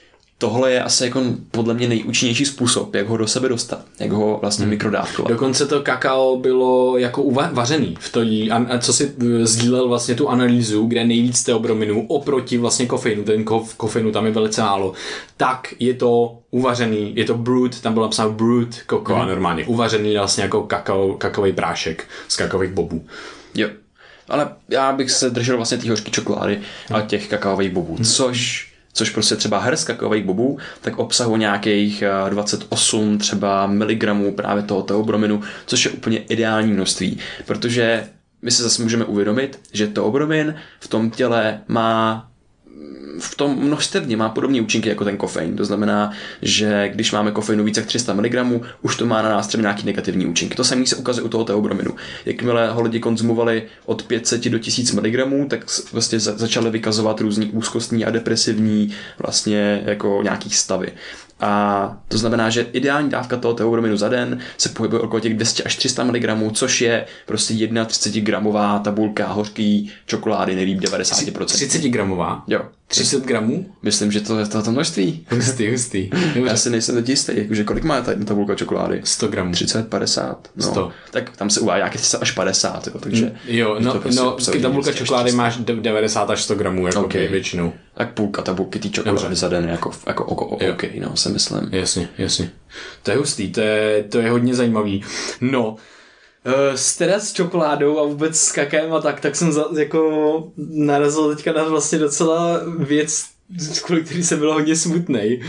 tohle je asi jako podle mě nejúčinnější způsob, jak ho do sebe dostat, jak ho vlastně hmm. mikrodávkovat. Dokonce to kakao bylo jako uvařený v tojí, a co si sdílel vlastně tu analýzu, kde nejvíc teobrominu oproti vlastně kofeinu, ten kof, kofeinu tam je velice málo, tak je to uvařený, je to brewed, tam bylo napsáno brewed cocoa hmm. normálně, uvařený vlastně jako kakao, kakaový prášek z kakaových bobů. Jo, ale já bych se držel vlastně té hořké čokolády a těch kakaových bobů, hmm. což což prostě třeba hrst kakaových bobů, tak obsahuje nějakých dvacet osm třeba miligramů právě toho teobrominu, což je úplně ideální množství, protože my si zase můžeme uvědomit, že teobromin v tom těle má v tom množstevně má podobné účinky jako ten kofein. To znamená, že když máme kofeinu více jak tři sta miligramů, už to má na nás třeba nějaký negativní účinky. To samé se ukazuje u toho teobrominu. Jakmile ho lidi konzumovali od pět set do tisíc miligramů, tak vlastně začaly vykazovat různý úzkostní a depresivní vlastně jako nějaký stavy. A to znamená, že ideální dávka toho teobrominu za den se pohybuje okolo těch dvě stě až tři sta miligramů, což je prostě třicet jedna gramová tabulka hořký čokolády, nejlíp devadesát procent. třicet gramová? Jo. tři sta gramů? Myslím, že to je to, to množství. Hustý, hustý. Já si nejsem teď jistý, jakože kolik má ta jedna tabulka čokolády? sto gramů. třicet, padesát. No. sto. Tak tam se uvádí nějakých třicet až padesát, jo, takže... Jo, no, prostě no tabulka čokolády máš devadesát až sto gramů, jako okay. Většinou. Tak půlka tabulky té čokolády za den, jako, jako oko, OK, no, se myslím. Jasně, jasně. To je hustý, to je, to je hodně zajímavý. No, s teda s čokoládou a vůbec s kakem a tak, tak jsem za, jako narazil teďka na vlastně docela věc, kvůli který jsem byl hodně smutnej.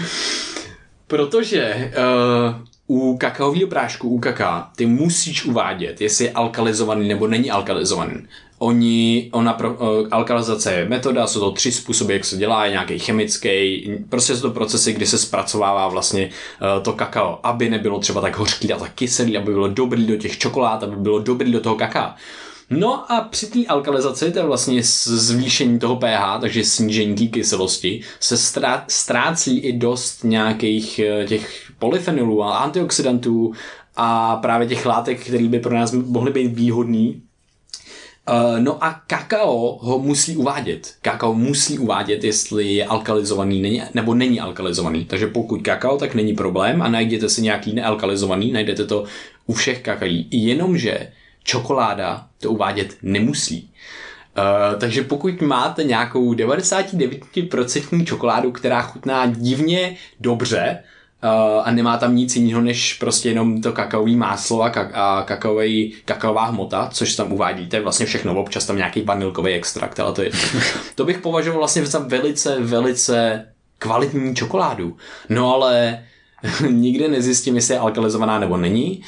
Protože uh, u kakaového prášku, u kaká, ty musíš uvádět, jestli je alkalizovaný nebo není alkalizovaný. Oni, ona pro, uh, alkalizace je metoda, jsou to tři způsoby, jak se dělá, je nějaký chemický, prostě jsou to procesy, kdy se zpracovává vlastně uh, to kakao, aby nebylo třeba tak hořký a tak kyselý, aby bylo dobrý do těch čokolád, aby bylo dobrý do toho kaká. No a při té alkalizaci, to je vlastně zvýšení toho pH, takže snížení té kyselosti, se strá, ztrácí i dost nějakých těch polyfenolů a antioxidantů a právě těch látek, které by pro nás mohly být výhodný. Uh, no a kakao ho musí uvádět. Kakao musí uvádět, jestli je alkalizovaný není, nebo není alkalizovaný. Takže pokud kakao, tak není problém a najděte si nějaký nealkalizovaný, najdete to u všech kakaí. Jenomže čokoláda to uvádět nemusí. Uh, takže pokud máte nějakou devadesát devět procent čokoládu, která chutná divně dobře, Uh, a nemá tam nic jiného než prostě jenom to kakaový máslo a, kak- a kakaový, kakaová hmota, což tam uvádíte, vlastně všechno, občas tam nějaký vanilkový extrakt, ale to je, to bych považoval vlastně za velice, velice kvalitní čokoládu. No ale nikde nezjistím, jestli je alkalizovaná nebo není.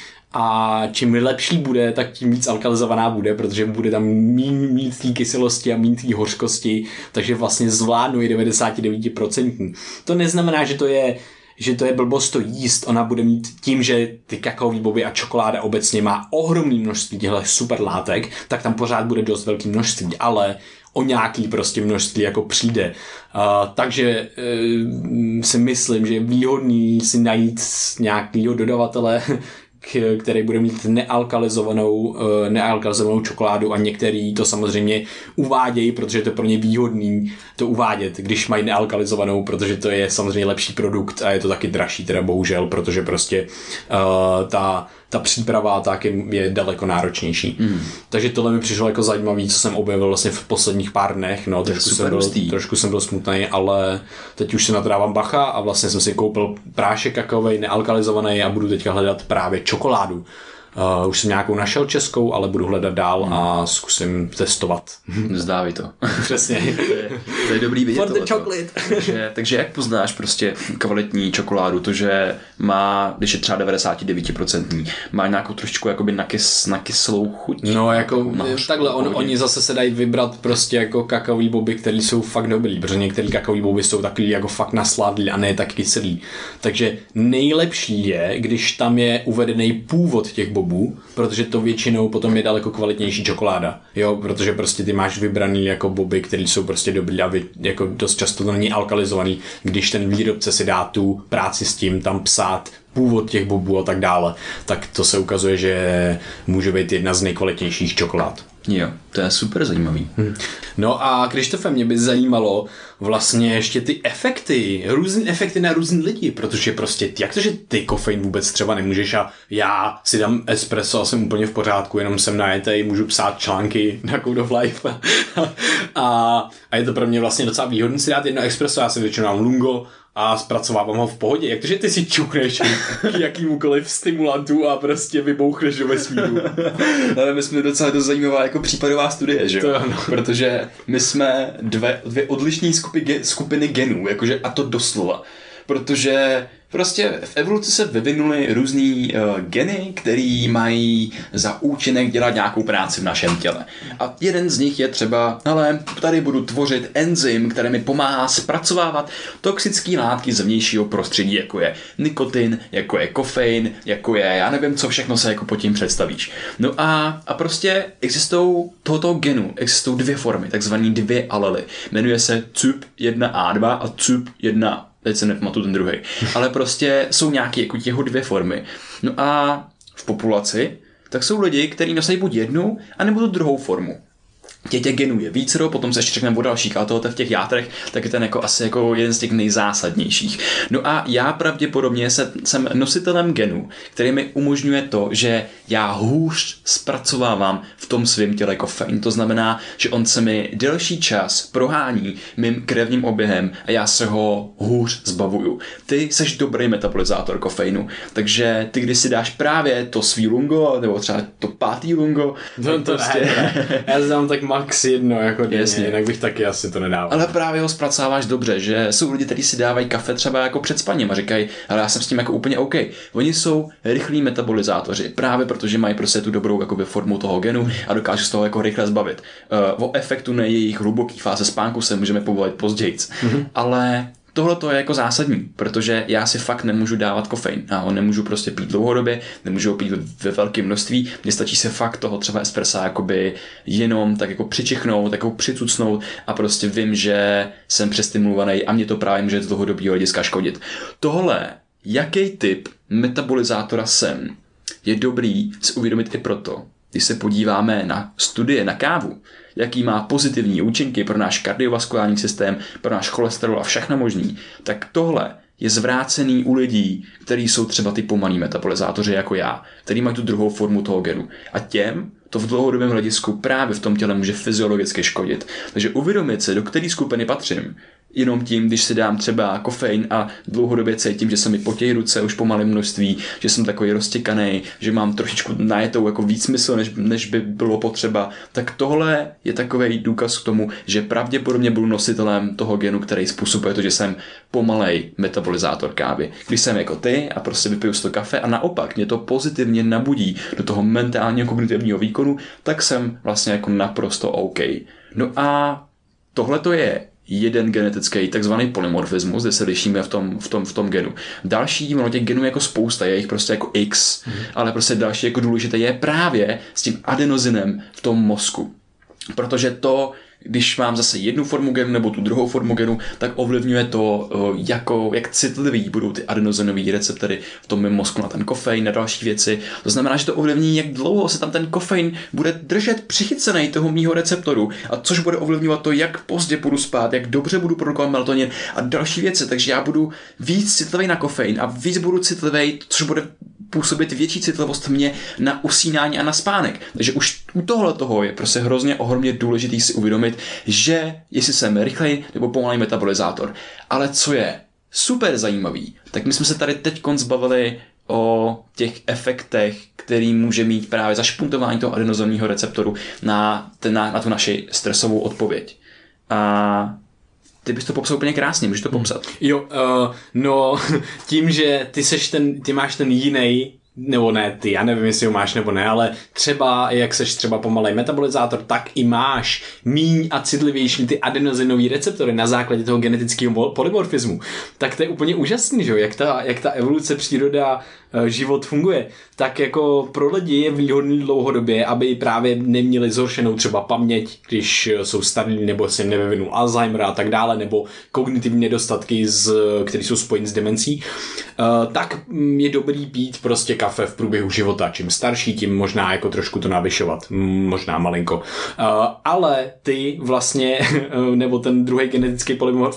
A čím lepší bude, tak tím víc alkalizovaná bude, protože bude tam míň, míň té kyselosti a míň té hořkosti, takže vlastně zvládnu i devadesát devět procent. To neznamená, že to je že to je blbost to jíst, ona bude mít tím, že ty kakaový boby a čokoláda obecně má ohromné množství těchto super látek, tak tam pořád bude dost velké množství, ale o nějaký prostě množství jako přijde. Uh, takže uh, si myslím, že je výhodný si najít nějakýho dodavatele, který bude mít nealkalizovanou, nealkalizovanou čokoládu a některý to samozřejmě uvádějí, protože je to pro ně výhodný to uvádět, když mají nealkalizovanou, protože to je samozřejmě lepší produkt a je to taky dražší teda bohužel, protože prostě uh, ta ta příprava tak je, je daleko náročnější. Mm. Takže tohle mi přišlo jako zajímavý, co jsem objevil vlastně v posledních pár dnech. No, trošku, jsem byl, trošku jsem byl smutný, ale teď už se na to dávám bacha a vlastně jsem si koupil prášek kakaovej, nealkalizovaný a budu teďka hledat právě čokoládu. Uh, už jsem nějakou našel českou, ale budu hledat dál hmm. a zkusím testovat. Zdávej to. Přesně. to, je, to je dobrý vidět. For the chocolate. takže, takže jak poznáš prostě kvalitní čokoládu, to, že má, když je třeba devadesát devět procent, má nějakou trošičku jakoby nakys, nakyslou chuť? No jako takhle, on, oni zase se dají vybrat prostě jako kakaový boby, které jsou fakt dobrý, protože některé kakaový boby jsou takový jako fakt nasládlý a ne tak kyselý. Takže nejlepší je, když tam je uvedený původ těch bobů, protože to většinou potom je daleko kvalitnější čokoláda, jo, protože prostě ty máš vybraný jako boby, které jsou prostě dobrý a vy, jako dost často to není alkalizovaný, když ten výrobce si dá tu práci s tím tam psát původ těch bobů a tak dále, tak to se ukazuje, že může být jedna z nejkvalitnějších čokolád. Jo, to je super zajímavý. Hmm. No a Krištofe, mě by zajímalo vlastně ještě ty efekty, různý efekty na různý lidi, protože prostě jak to, že ty kofein vůbec třeba nemůžeš a já si dám espresso a jsem úplně v pořádku, jenom jsem najetej, můžu psát články na Code of Life a, a je to pro mě vlastně docela výhodný si dát jedno espresso, já si většinou dám lungo a zpracovávám ho v pohodě. Jak to, že ty si čukneš k jakýmukoliv stimulantu a prostě vybouchneš do vesmíru? Ale my jsme docela dost zajímavá jako případová studie, že jo? Protože my jsme dvě, dvě odlišné skupiny, skupiny genů, jakože a to doslova. Protože prostě v evoluci se vyvinuly různý uh, geny, který mají za účinek dělat nějakou práci v našem těle. A jeden z nich je třeba, ale tady budu tvořit enzym, který mi pomáhá zpracovávat toxické látky z vnějšího prostředí, jako je nikotin, jako je kofein, jako je, já nevím, co všechno se jako pod tím představíš. No a, a prostě existují tohoto genu, existují dvě formy, takzvané dvě alely. Jmenuje se C Y P jedna A dva a C Y P jedna. Teď se nepamatuju ten druhý. Ale prostě jsou nějaké jako těho dvě formy. No a v populaci tak jsou lidi, kteří nosí buď jednu, anebo tu druhou formu. Těch genů je vícero, potom se ještě řekneme o dalších, ale tohle v těch játrech, tak je ten jako asi jako jeden z těch nejzásadnějších. No a já pravděpodobně se, jsem nositelem genů, který mi umožňuje to, že já hůř zpracovávám v tom svém těle kofein. To znamená, že on se mi delší čas prohání mým krevním oběhem a já se ho hůř zbavuju. Ty seš dobrý metabolizátor kofeinu, takže ty když si dáš právě to svý lungo, nebo třeba to pátý lungo, no, to prostě... ne, já znám tak max jedno, jako denně, jinak bych taky asi to nedával. Ale právě ho zpracáváš dobře, že jsou lidi, kteří si dávají kafe třeba jako před spaním a říkají, ale já jsem s tím jako úplně OK. Oni jsou rychlí metabolizátoři, právě protože mají prostě tu dobrou jakoby, formu toho genu a dokážou z toho jako rychle zbavit. Uh, o efektu na jejich hluboký fáze spánku se můžeme povolit později, mm-hmm. ale tohle to je jako zásadní, protože já si fakt nemůžu dávat kofein. Já ho nemůžu prostě pít dlouhodobě, nemůžu ho pít ve velkém množství. Mně stačí se fakt toho třeba espressa jakoby jenom tak jako přičichnout, tak jako přicucnout a prostě vím, že jsem přestimulovaný a mě to právě může z dlouhodobého hlediska škodit. Tohle, jaký typ metabolizátora jsem, je dobrý si uvědomit i proto, když se podíváme na studie na kávu, jaký má pozitivní účinky pro náš kardiovaskulární systém, pro náš cholesterol a všechno možný, tak tohle je zvrácený u lidí, kteří jsou třeba ty pomalí metabolizátoři jako já, který mají tu druhou formu toho genu. A těm to v dlouhodobém hledisku právě v tom těle může fyziologicky škodit. Takže uvědomit se, do které skupiny patřím, jenom tím, když si dám třeba kofein a dlouhodobě cítím, že se mi potějí ruce už po malém množství, že jsem takový roztěkaný, že mám trošičku najetou jako víc smysl, než, než by bylo potřeba, tak tohle je takový důkaz k tomu, že pravděpodobně budu nositelem toho genu, který způsobuje to, že jsem pomalej metabolizátor kávy. Když jsem jako ty a prostě vypiju sto kafe a naopak mě to pozitivně nabudí do toho mentálního kognitivního výkonu, tak jsem vlastně jako naprosto OK. No a tohle to je jeden genetický takzvaný polymorfismus, kde se lišíme v tom, v tom, v tom genu. Další, ono těch genů je jako spousta, je jich prostě jako X, mm. ale prostě další jako důležité je právě s tím adenozinem v tom mozku. Protože to, když mám zase jednu formu genu nebo tu druhou formu genu, tak ovlivňuje to, jako, jak citlivý budou ty adenozinové receptory v tom mém mozku na ten kofein, na další věci. To znamená, že to ovlivní, jak dlouho se tam ten kofein bude držet přichycený toho mýho receptoru, a což bude ovlivňovat to, jak pozdě budu spát, jak dobře budu produkovat melatonin a další věci. Takže já budu víc citlivý na kofein a víc budu citlivý, což bude působit větší citlivost mě na usínání a na spánek. Takže už u tohle toho je prostě hrozně ohromně důležitý si uvědomit, že jestli jsem rychlej nebo pomalý metabolizátor. Ale co je super zajímavý, tak my jsme se tady teď zbavili o těch efektech, který může mít právě zašpuntování toho adenozinního receptoru na, ten, na, na tu naši stresovou odpověď. A ty bys to popsal úplně krásně, můžeš to popsat. Jo, uh, no tím, že ty seš ten, ty máš ten jiný, nebo ne ty, já nevím, jestli ho máš nebo ne, ale třeba, jak seš třeba pomalej metabolizátor, tak i máš míň a citlivější ty adenozinové receptory na základě toho genetického polymorfismu. Tak to je úplně úžasný, že? Jak ta, jak ta evoluce, příroda, život funguje. Tak jako pro lidi je výhodný dlouhodobě, aby právě neměli zhoršenou třeba paměť, když jsou starí nebo se nevyvinul Alzheimer a tak dále, nebo kognitivní nedostatky, z, které jsou spojeny s demencí, tak je dobrý pít prostě kafe v průběhu života. Čím starší, tím možná jako trošku to navyšovat. Možná malinko. Ale ty vlastně, nebo ten druhý genetický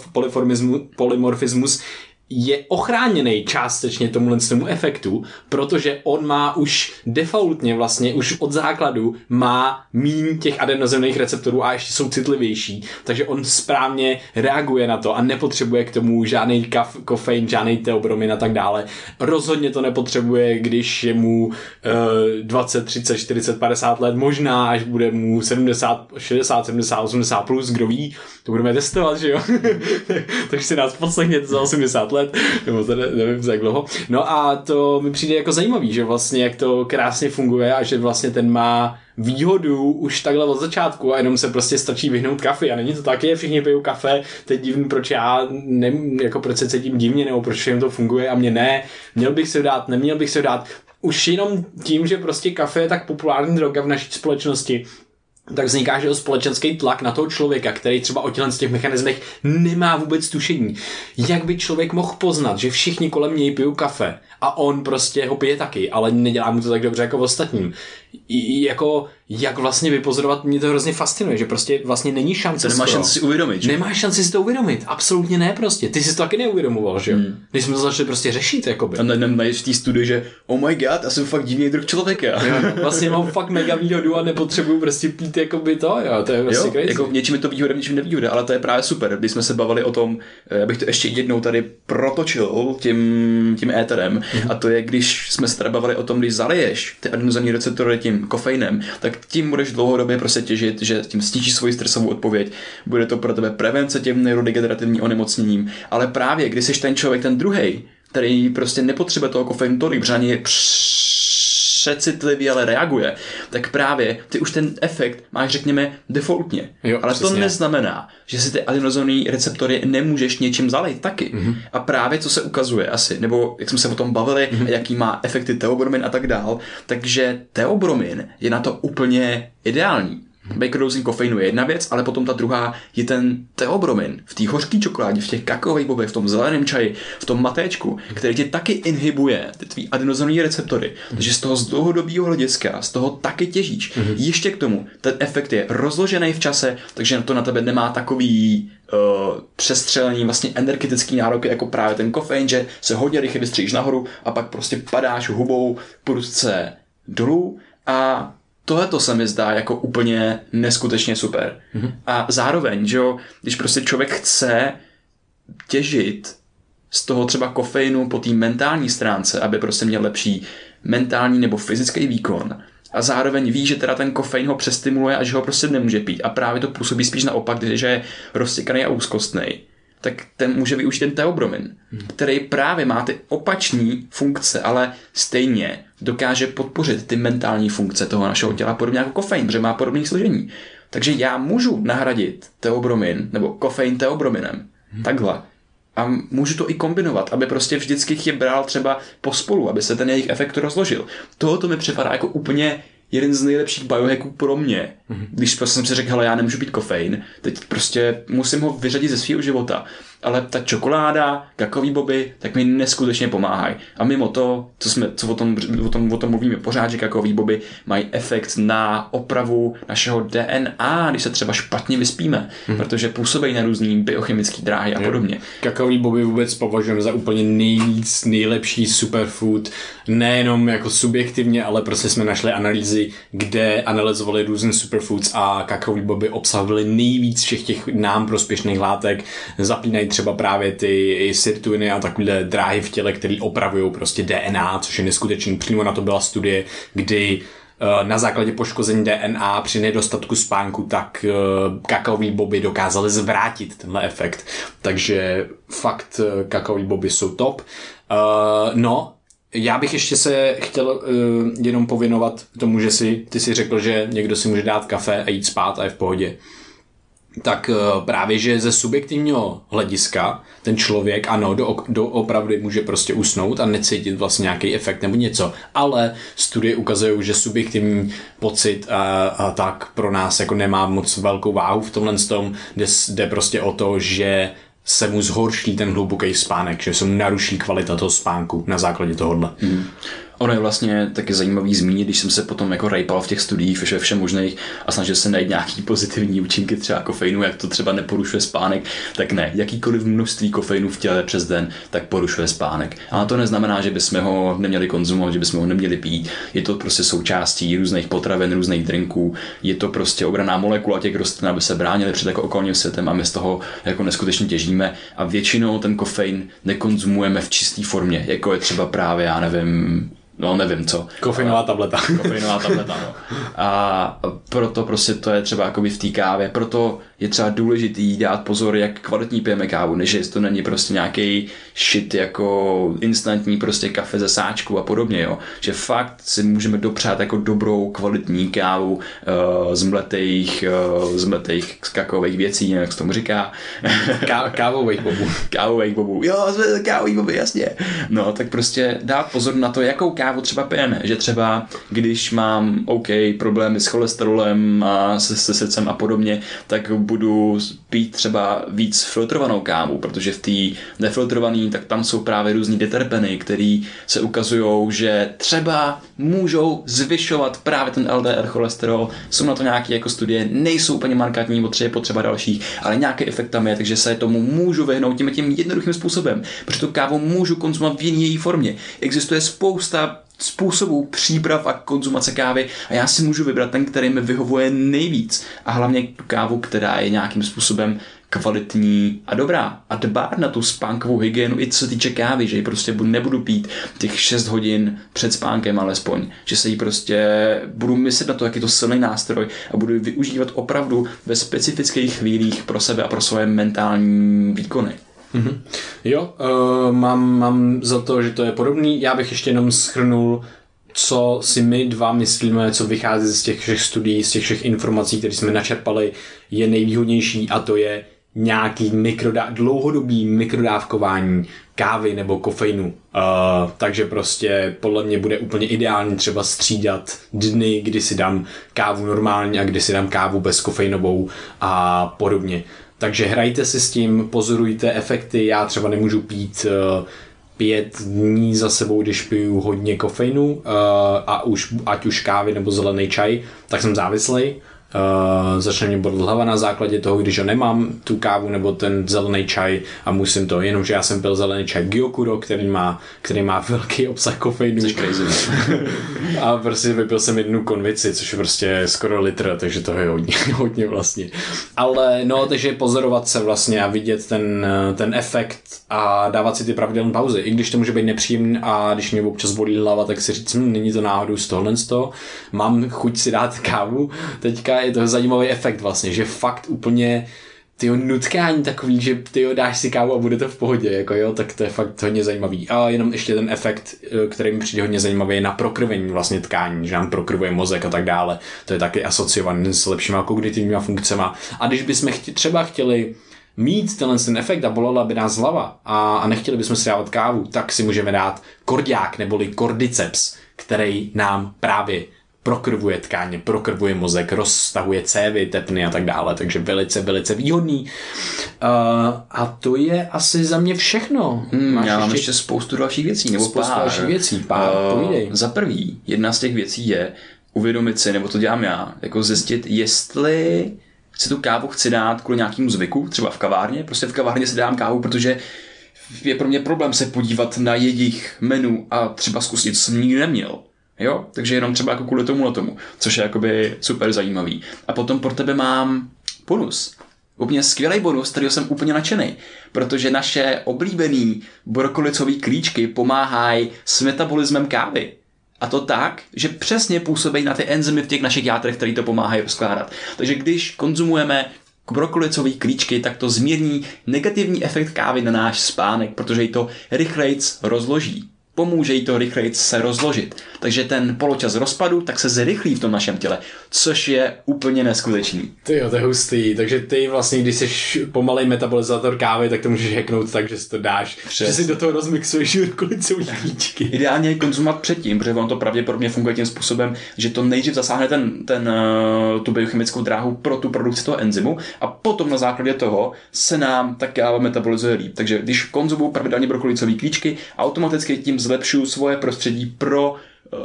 polymorfismus je ochráněný částečně tomuhle tomu efektu, protože on má už defaultně vlastně už od základu má míň těch adenozinových receptorů a ještě jsou citlivější, takže on správně reaguje na to a nepotřebuje k tomu žádný kaf, kofein, žádný teobromin a tak dále. Rozhodně to nepotřebuje, když je mu uh, dvacet, třicet, čtyřicet, padesát let, možná až bude mu sedmdesát, šedesát, sedmdesát, osmdesát plus, kdo ví, to budeme testovat, že jo? Takže si nás poslechněte za osmdesát let, nebo to ne, nevím za jak dlouho. No a to mi přijde jako zajímavý, že vlastně jak to krásně funguje a že vlastně ten má výhodu už takhle od začátku a jenom se prostě stačí vyhnout kafe a není to taky, všichni pijou kafe, teď divný, proč já nevím, jako proč se cítím divně, nebo proč jim to funguje a mě ne, měl bych se dát, neměl bych se dát, už jenom tím, že prostě kafe je tak populární droga v naší společnosti, tak vzniká, že společenský tlak na toho člověka, který třeba o těchto z těch mechanismech nemá vůbec tušení. Jak by člověk mohl poznat, že všichni kolem něj pijou kafe a on prostě ho pije taky, ale nedělá mu to tak dobře jako ostatním. I, jako, jak vlastně vypozorovat, mě to hrozně fascinuje, že prostě vlastně není šance. Nemáš šanci si uvědomit, že? Nemáš šanci si to uvědomit, absolutně ne prostě. Ty jsi to taky neuvědomoval, že jo? Hmm. Když jsme to začali prostě řešit, jakoby. A najdeš v té studii, že oh my god, já jsem fakt divný druh člověka. Jo, vlastně mám fakt mega výhodu a nepotřebuju prostě pít jakoby to, jo, to je vlastně crazy. Jako v něčím je to výhoda, v něčím nevýhoda, ale to je právě super. Když jsme se bavili o tom, já bych to ještě jednou tady protočil tím, tím éterem, hmm. a to je, když jsme se tady bavili o tom, když zaliješ ty adenozinní receptory tím kofeinem, tak tím budeš dlouhodobě prostě těžit, že tím snížíš svoji stresovou odpověď. Bude to pro tebe prevence těm neurodegenerativním onemocněním, ale právě když jsi ten člověk, ten druhej, který prostě nepotřebuje toho kofeinu tolik, protože ani je přecitlivý, ale reaguje, tak právě ty už ten efekt máš, řekněme, defaultně. Jo, ale přesně. to neznamená, že si ty adenozinové receptory nemůžeš něčím zalejt taky. Mm-hmm. A právě co se ukazuje asi, nebo jak jsme se o tom bavili, mm-hmm. jaký má efekty teobromin a tak dál, takže teobromin je na to úplně ideální. Microdosing kofeinu je jedna věc, ale potom ta druhá je ten teobromin v té hořké čokoládě, v těch kakaových bobech, v tom zeleném čaji, v tom matéčku, který tě taky inhibuje ty tvý adenozonové receptory. Takže z toho z dlouhodobého hlediska, z toho taky těžíš. Mm-hmm. Ještě k tomu, ten efekt je rozložený v čase, takže to na tebe nemá takový uh, přestřelení, vlastně energetický nároky, jako právě ten kofein, že se hodně rychle vystříš nahoru a pak prostě padáš hubou prudce dolů a tohle to se mi zdá jako úplně neskutečně super. Mm-hmm. A zároveň, že jo, když prostě člověk chce těžit z toho třeba kofeinu po té mentální stránce, aby prostě měl lepší mentální nebo fyzický výkon a zároveň ví, že teda ten kofein ho přestimuluje a že ho prostě nemůže pít a právě to působí spíš naopak, když je roztěkaný a úzkostnej, tak ten může využít ten teobromin, hmm. který právě má ty opačné funkce, ale stejně dokáže podpořit ty mentální funkce toho našeho těla, podobně jako kofein, protože má podobné složení. Takže já můžu nahradit teobromin nebo kofein teobrominem. Hmm. Takhle. A můžu to i kombinovat, aby prostě vždycky je bral třeba pospolu, aby se ten jejich efekt rozložil. Tohoto mi připadá jako úplně jeden z nejlepších biohacků pro mě. Mm-hmm. Když prostě jsem si řekl, hele, já nemůžu pít kofein, teď prostě musím ho vyřadit ze svého života. Ale ta čokoláda, kakaový boby, tak mi neskutečně pomáhají. A mimo to, co, jsme, co o, tom, o, tom, o tom mluvíme pořád, že kakaový boby mají efekt na opravu našeho D N A, když se třeba špatně vyspíme, hmm. protože působí na různý biochemické dráhy a podobně. Kakaový boby vůbec považujeme za úplně nejvíc, nejlepší superfood, nejenom jako subjektivně, ale prostě jsme našli analýzy, kde analyzovali různé superfoods a kakaový boby obsahovaly nejvíc všech těch nám prospěšných látek, zapínají třeba právě ty sirtuiny a takové dráhy v těle, které opravují prostě D N A, což je neskutečný. Přímo na to byla studie, kdy na základě poškození D N A při nedostatku spánku, tak kakaový boby dokázaly zvrátit tenhle efekt. Takže fakt kakaový boby jsou top. No, já bych ještě se chtěl uh, jenom pověnovat tomu, že si, ty si řekl, že někdo si může dát kafe a jít spát a je v pohodě. Tak právě, že ze subjektivního hlediska ten člověk, ano, do, do opravdy může prostě usnout a necítit vlastně nějaký efekt nebo něco, ale studie ukazují, že subjektivní pocit a, a tak pro nás jako nemá moc velkou váhu v tomhle tom, jde, jde prostě o to, že se mu zhorší ten hluboký spánek, že se mu naruší kvalita toho spánku na základě tohohle. Hmm. Ono je vlastně taky zajímavý zmínit, když jsem se potom jako rejpal v těch studiích ve všem možných a snažil se najít nějaký pozitivní účinky třeba kofeinu, jak to třeba neporušuje spánek, tak ne. Jakýkoliv množství kofeinu v těle přes den, tak porušuje spánek. Ale to neznamená, že bychom ho neměli konzumovat, že bychom ho neměli pít. Je to prostě součástí různých potravin, různých drinků. Je to prostě obranná molekula těch rostlin, aby se bránili před jako okolním světem a my z toho jako neskutečně těžíme. A většinou ten kofein nekonzumujeme v čisté formě, jako je třeba právě, já nevím, no nevím co. Kofeinová tableta. Kofeinová tableta, no. A proto prostě to je třeba jakoby v té kávě, proto je třeba důležitý dát pozor, jak kvalitní pijeme kávu, než jestli to není prostě nějaký shit jako instantní prostě kafe ze sáčku a podobně, jo. Že fakt si můžeme dopřát jako dobrou kvalitní kávu uh, z mletejch, uh, z mletejch kakaových věcí, jak se tomu říká. Ká- kávových bobů. Kávových bobů, jo, kávových bobů, jasně. No, tak prostě dát pozor na to, jakou kávu třeba pijeme, že třeba když mám OK, problémy s cholesterolem a se, se srdcem a podobně, tak budu pít třeba víc filtrovanou kávu, protože v té nefiltrované, tak tam jsou právě různý deterpeny, které se ukazují, že třeba můžou zvyšovat právě ten L D L cholesterol. Jsou na to nějaké jako studie, nejsou úplně markantní, potřeba potřeba dalších, ale nějaký efekt tam je, takže se tomu můžu vyhnout tím tím jednoduchým způsobem, protože tu kávu můžu konzumovat v jiné její formě. Existuje spousta způsobů příprav a konzumace kávy a já si můžu vybrat ten, který mi vyhovuje nejvíc a hlavně tu kávu, která je nějakým způsobem kvalitní a dobrá a dbát na tu spánkovou hygienu i co se týče kávy, že ji prostě nebudu pít těch šest hodin před spánkem alespoň, že se jí prostě budu myslet na to, jak je to silný nástroj a budu ji využívat opravdu ve specifických chvílích pro sebe a pro svoje mentální výkony. Mm-hmm. Jo, uh, mám, mám za to, že to je podobný. Já bych ještě jenom shrnul, co si my dva myslíme, co vychází z těch všech studií, z těch všech informací, které jsme načerpali, je nejvýhodnější a to je nějaký mikrodá- dlouhodobý mikrodávkování kávy nebo kofeinu. Uh, takže prostě podle mě bude úplně ideální třeba střídat dny, kdy si dám kávu normální a kdy si dám kávu bezkofeinovou a podobně. Takže hrajte si s tím, pozorujte efekty, já třeba nemůžu pít uh, pět dní za sebou, když piju hodně kofeinu uh, a už, ať už kávy nebo zelený čaj, tak jsem závislej. Uh, začne mě bolet hlava na základě toho, když ho nemám, tu kávu nebo ten zelený čaj a musím to, jenomže já jsem pil zelený čaj Gyokuro, který má, který má velký obsah kofeinu. Což crazy. A prostě vypil jsem jednu konvici, což je prostě skoro litr, takže to je hodně, hodně vlastně. Ale no, takže pozorovat se vlastně a vidět ten, ten efekt a dávat si ty pravidelné pauzy. I když to může být nepříjemné a když mě občas bolí hlava, tak si říct, hm, není to náhodou z tohle z toho. Mám chuť si dát kávu. Teďka je to zajímavý efekt vlastně, že fakt úplně tyjo nutkání takový, že tyjo dáš si kávu a bude to v pohodě, jako jo, tak to je fakt hodně zajímavý. A jenom ještě ten efekt, který mi přijde hodně zajímavý, je na prokrvení vlastně tkání, že nám prokrvuje mozek a tak dále. To je taky asociovaný s lepšíma kognitivníma funkcema. A když bychom chtě, třeba chtěli mít tenhle ten efekt a bolela by nás hlava a, a nechtěli bychom si dávat kávu, tak si můžeme dát kordiák neboli cordyceps, který nám právě prokrvuje tkáně, prokrvuje mozek, roztahuje cévy, tepny a tak dále, takže velice, velice výhodný. Uh, a to je asi za mě všechno. Hmm, Máš já mám ještě... ještě spoustu dalších věcí, nebo spoustu pár. dalších věcí, pár, uh, povídej. Za prvý, jedna z těch věcí je uvědomit si, nebo to dělám já, jako zjistit, jestli si tu kávu chci dát kvůli nějakému zvyku, třeba v kavárně, prostě v kavárně si dám kávu, protože je pro mě problém se podívat na jejich menu a třeba zkusit, co jsem nikdy neměl. Jo, takže jenom třeba jako kvůli tomu tomu, což je jakoby super zajímavý. A potom pro tebe mám bonus. Úplně skvělý bonus, kterýho jsem úplně nadšený, protože naše oblíbený brokolicový klíčky pomáhají s metabolismem kávy. A to tak, že přesně působí na ty enzymy v těch našich játrech, které to pomáhají rozkládat. Takže když konzumujeme brokolicový klíčky, tak to zmírní negativní efekt kávy na náš spánek, protože jí to rychlejc rozloží. Pomůže jí to rychleji se rozložit. Takže ten poločas rozpadu tak se zrychlí v tom našem těle, což je úplně neskutečný. Ty jo, to je hustý. Takže ty vlastně, když jsi pomalej metabolizátor kávy, tak to můžeš hacknout tak, že si to dáš. Přesně. Že si do toho rozmixuješ brokolicový klíčky. Ideálně je konzumovat předtím, protože on to pravděpodobně funguje tím způsobem, že to nejdřív zasáhne ten, ten, tu biochemickou dráhu pro tu produkci toho enzymu a potom na základě toho se nám ta káva metabolizuje líp. Takže když konzumuju pravidelně brokolicové klíčky, automaticky tím zlepšuju svoje prostředí pro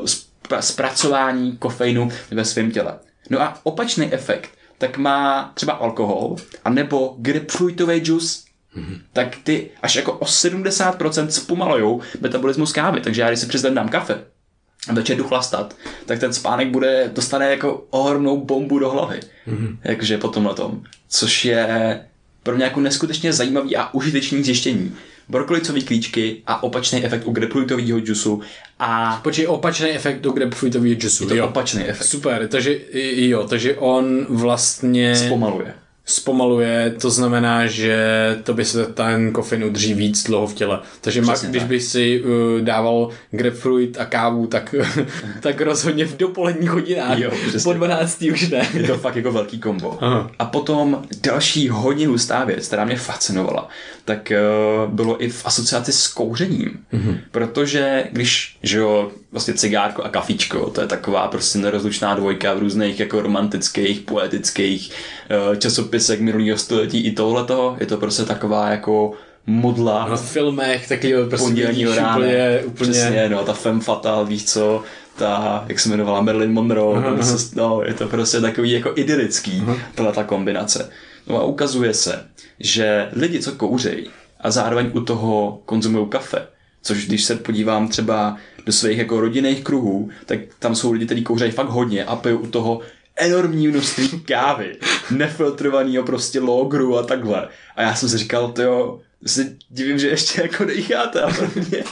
zpracování kofeinu ve svém těle. No a opačný efekt tak má třeba alkohol anebo grapefruitový džus. Mm-hmm. Tak ty až jako o sedmdesát procent zpomalujou metabolismus kávy. Takže já když si přes den dám kafe a večer jdu chlastat, tak ten spánek bude, dostane jako ohromnou bombu do hlavy. Mm-hmm. Takže po tomhle tom. Což je pro mě jako neskutečně zajímavý a užitečný zjištění. Brokolicový klíčky a opačný efekt u grapefruitového džusu a... Počkej, opačný efekt u grapefruitového džusu. Je to jo. Opačný efekt. Super, takže jo, takže on vlastně... Zpomaluje. Zpomaluje, to znamená, že to by se ten kofein udrží víc dlouho v těle. Takže ma, když bych si uh, dával grapefruit a kávu, tak, tak rozhodně v dopoledních hodinách. Jo, po dvanácti už ne. Je to fakt jako velký kombo. Aha. A potom další hodně hustá věc, která mě fascinovala, tak uh, bylo i v asociaci s kouřením. Mm-hmm. Protože když, že jo, vlastně cigárko a kafíčko, to je taková prostě nerozlučná dvojka v různých jako romantických, poetických uh, časopisech minulého století i tohletoho. Je to prostě taková jako modla. No, v filmech taky prostě pondělního rána. Úplně, úplně... Přesně, no, ta femme fatale, víš co, ta, jak se jmenovala, Marilyn Monroe, aha, aha. Se, no, je to prostě takový jako idylický, tahle ta kombinace. No a ukazuje se, že lidi, co kouřejí a zároveň u toho konzumují kafe, což když se podívám třeba do svých jako rodinných kruhů, tak tam jsou lidi, kteří kouřejí fakt hodně a pijou u toho enormní množství kávy, nefiltrovanýho prostě logru a takhle. A já jsem si říkal, tyjo, se divím, že ještě jako dejcháte a podobně.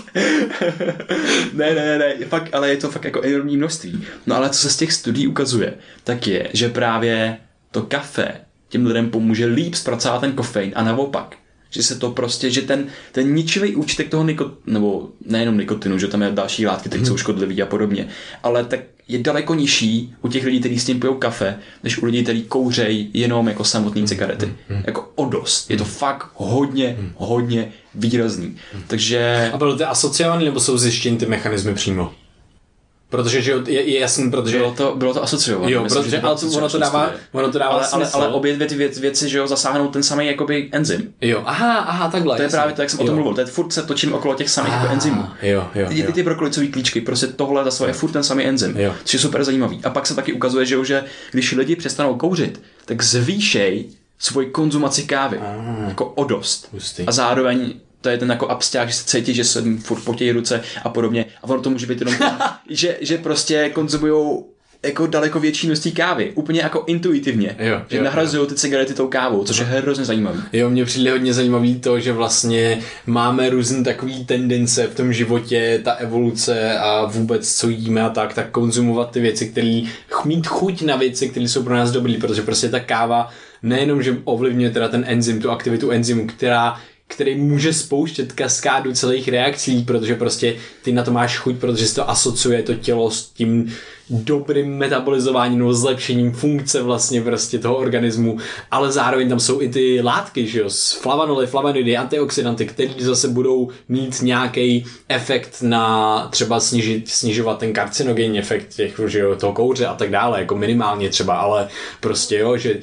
ne, ne, ne, fakt, ale je to fakt jako enormní množství. No ale co se z těch studií ukazuje, tak je, že právě to kafe těm lidem pomůže líp zpracovat ten kofein a naopak. Že se to prostě, že ten, ten ničivý účitek toho nikotinu, nebo nejenom nikotinu, že tam je další látky, které jsou škodlivé a podobně, ale tak je daleko nižší u těch lidí, kteří s tím pijou kafe, než u lidí, kteří kouřejí jenom jako samotné cigarety. Jako o dost. Je to fakt hodně, hodně výrazný. Takže... A bylo to asociovaný, nebo jsou zjištěny ty mechanismy přímo? Protože že je, je jasný, protože... Bylo to, bylo to asociované. Jo, myslím, protože, ale to, ono, to dává, ono to dává ale, smysl. Ale, ale obě dvě ty věc, věci, že jo, zasáhnou ten samý jakoby enzym. Jo, aha, aha, takhle. To je jasný. právě to, jak jsem jo. o tom mluvil. To je furt se točím okolo těch samých jako enzymů. Jo, jo, jo. Ty, ty brokolicový klíčky, prostě tohle zase je furt ten samý enzym. Jo. Což je super zajímavý. A pak se taky ukazuje, že, jo, že když lidi přestanou kouřit, tak zvýšej svoji konzumaci kávy. Aha. Jako o dost. Hustý. A zároveň to je ten jako absťák, že se cítí, že se furt potějí ruce a podobně. A ono to může být jenom že, že prostě konzumujou jako daleko větší množství kávy. Úplně jako intuitivně. Jo, že nahrazují ty cigarety tou kávou, což je hrozně zajímavý. Jo, mně přijde hodně zajímavý to, že vlastně máme různé takové tendence v tom životě, ta evoluce a vůbec co jíme a tak, tak konzumovat ty věci, které mít chuť na věci, které jsou pro nás dobrý, protože prostě ta káva nejenom, že ovlivňuje teda ten enzym, tu aktivitu enzymu, která který může spouštět kaskádu celých reakcí, protože prostě ty na to máš chuť, protože si to asociuje to tělo s tím dobrým metabolizováním nebo zlepšením funkce vlastně prostě toho organismu, ale zároveň tam jsou i ty látky, že jo, flavanoly, flavanoidy, antioxidanty, které zase budou mít nějaký efekt na třeba snižit, snižovat ten karcinogenní efekt těch, že jo, toho kouře a tak dále, jako minimálně třeba, ale prostě jo, že uh,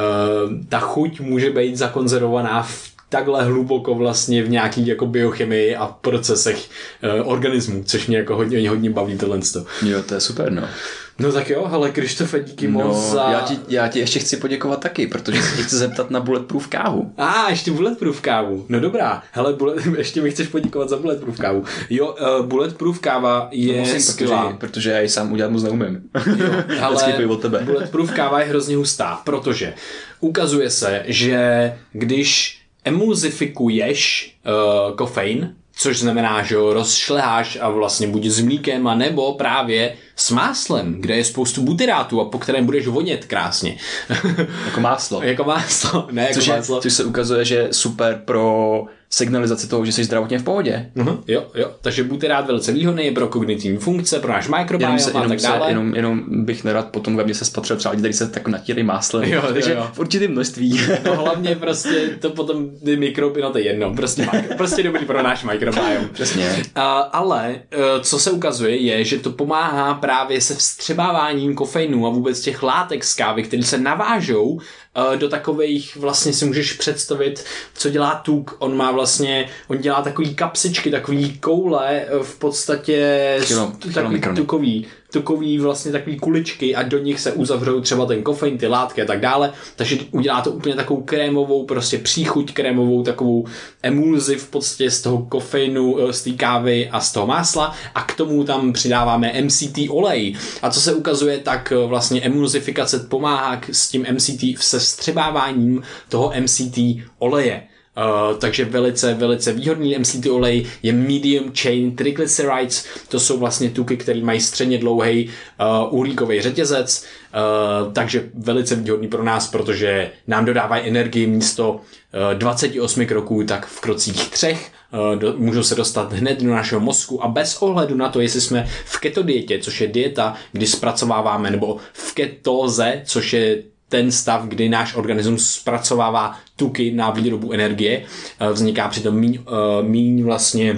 ta chuť může být zakonzervovaná v takhle hluboko vlastně v nějaký jako biochemii a procesech uh, organismů, což mě jako hodně, hodně baví tohle. Jo, to je super, no. No tak jo, hele Krištofe, díky no, moc za... Já ti, já ti ještě chci poděkovat taky, protože se ti chci zeptat na Bulletproof kávu. A, ah, ještě Bulletproof kávu. No dobrá, hele, bullet, ještě mi chceš poděkovat za Bulletproof kávu. Jo, uh, Bulletproof káva je musím, skvělá. Protože, protože já ji sám udělat moc neumím. Jo, ale od tebe. Bulletproof káva je hrozně hustá, protože ukazuje se, že když emulzifikuješ uh, kofein, což znamená, že ho rozšleháš a vlastně buď s mlíkem, a nebo právě s máslem, kde je spoustu butyrátů a po kterém budeš vonět krásně. Jako máslo. Jako máslo, ne jako což máslo. Je, což se ukazuje, že je super pro signalizaci toho, že jsi zdravotně v pohodě. Uh-huh. Jo, jo. Takže butyrát velice výhodný je pro kognitivní funkce, pro náš mikrobiom a tak dále. Se, jenom, jenom bych nerad potom ve mně se spatřil třeba lidi, kteří se tak natírají máslem. Jo, takže jo, jo. v určitém množství. No hlavně prostě to potom ty mikroby, no to je jedno, prostě, prostě dobrý pro náš mikrobiom. Přesně. Uh, ale uh, co se ukazuje je, že to pomáhá právě se vstřebáváním kofeinu a vůbec těch látek z kávy, které se navážou do takových, vlastně si můžeš představit, co dělá tuk. On má vlastně, on dělá takový kapsičky, takový koule, v podstatě Kilo, takový tukový, tukový vlastně takový kuličky a do nich se uzavřou třeba ten kofein, ty látky a tak dále, takže udělá to úplně takovou krémovou, prostě příchuť krémovou, takovou emulzi v podstatě z toho kofeinu, z té kávy a z toho másla a k tomu tam přidáváme M C T olej. A co se ukazuje, tak vlastně emulzifikace pomáhá s tím M C T se vstřebáváním toho M C T oleje. Uh, takže velice, velice výhodný M C T olej je medium chain triglycerides, to jsou vlastně tuky, které mají středně dlouhý uh, uhlíkový řetězec, uh, takže velice výhodný pro nás, protože nám dodávají energii místo uh, dvacet osm kroků, tak v krocích třech. Uh, do, můžou se dostat hned do našeho mozku a bez ohledu na to, jestli jsme v ketodietě, což je dieta, kdy zpracováváme, nebo v ketóze, což je ten stav, kdy náš organismus zpracovává tuky na výrobu energie, vzniká přitom míň, míň vlastně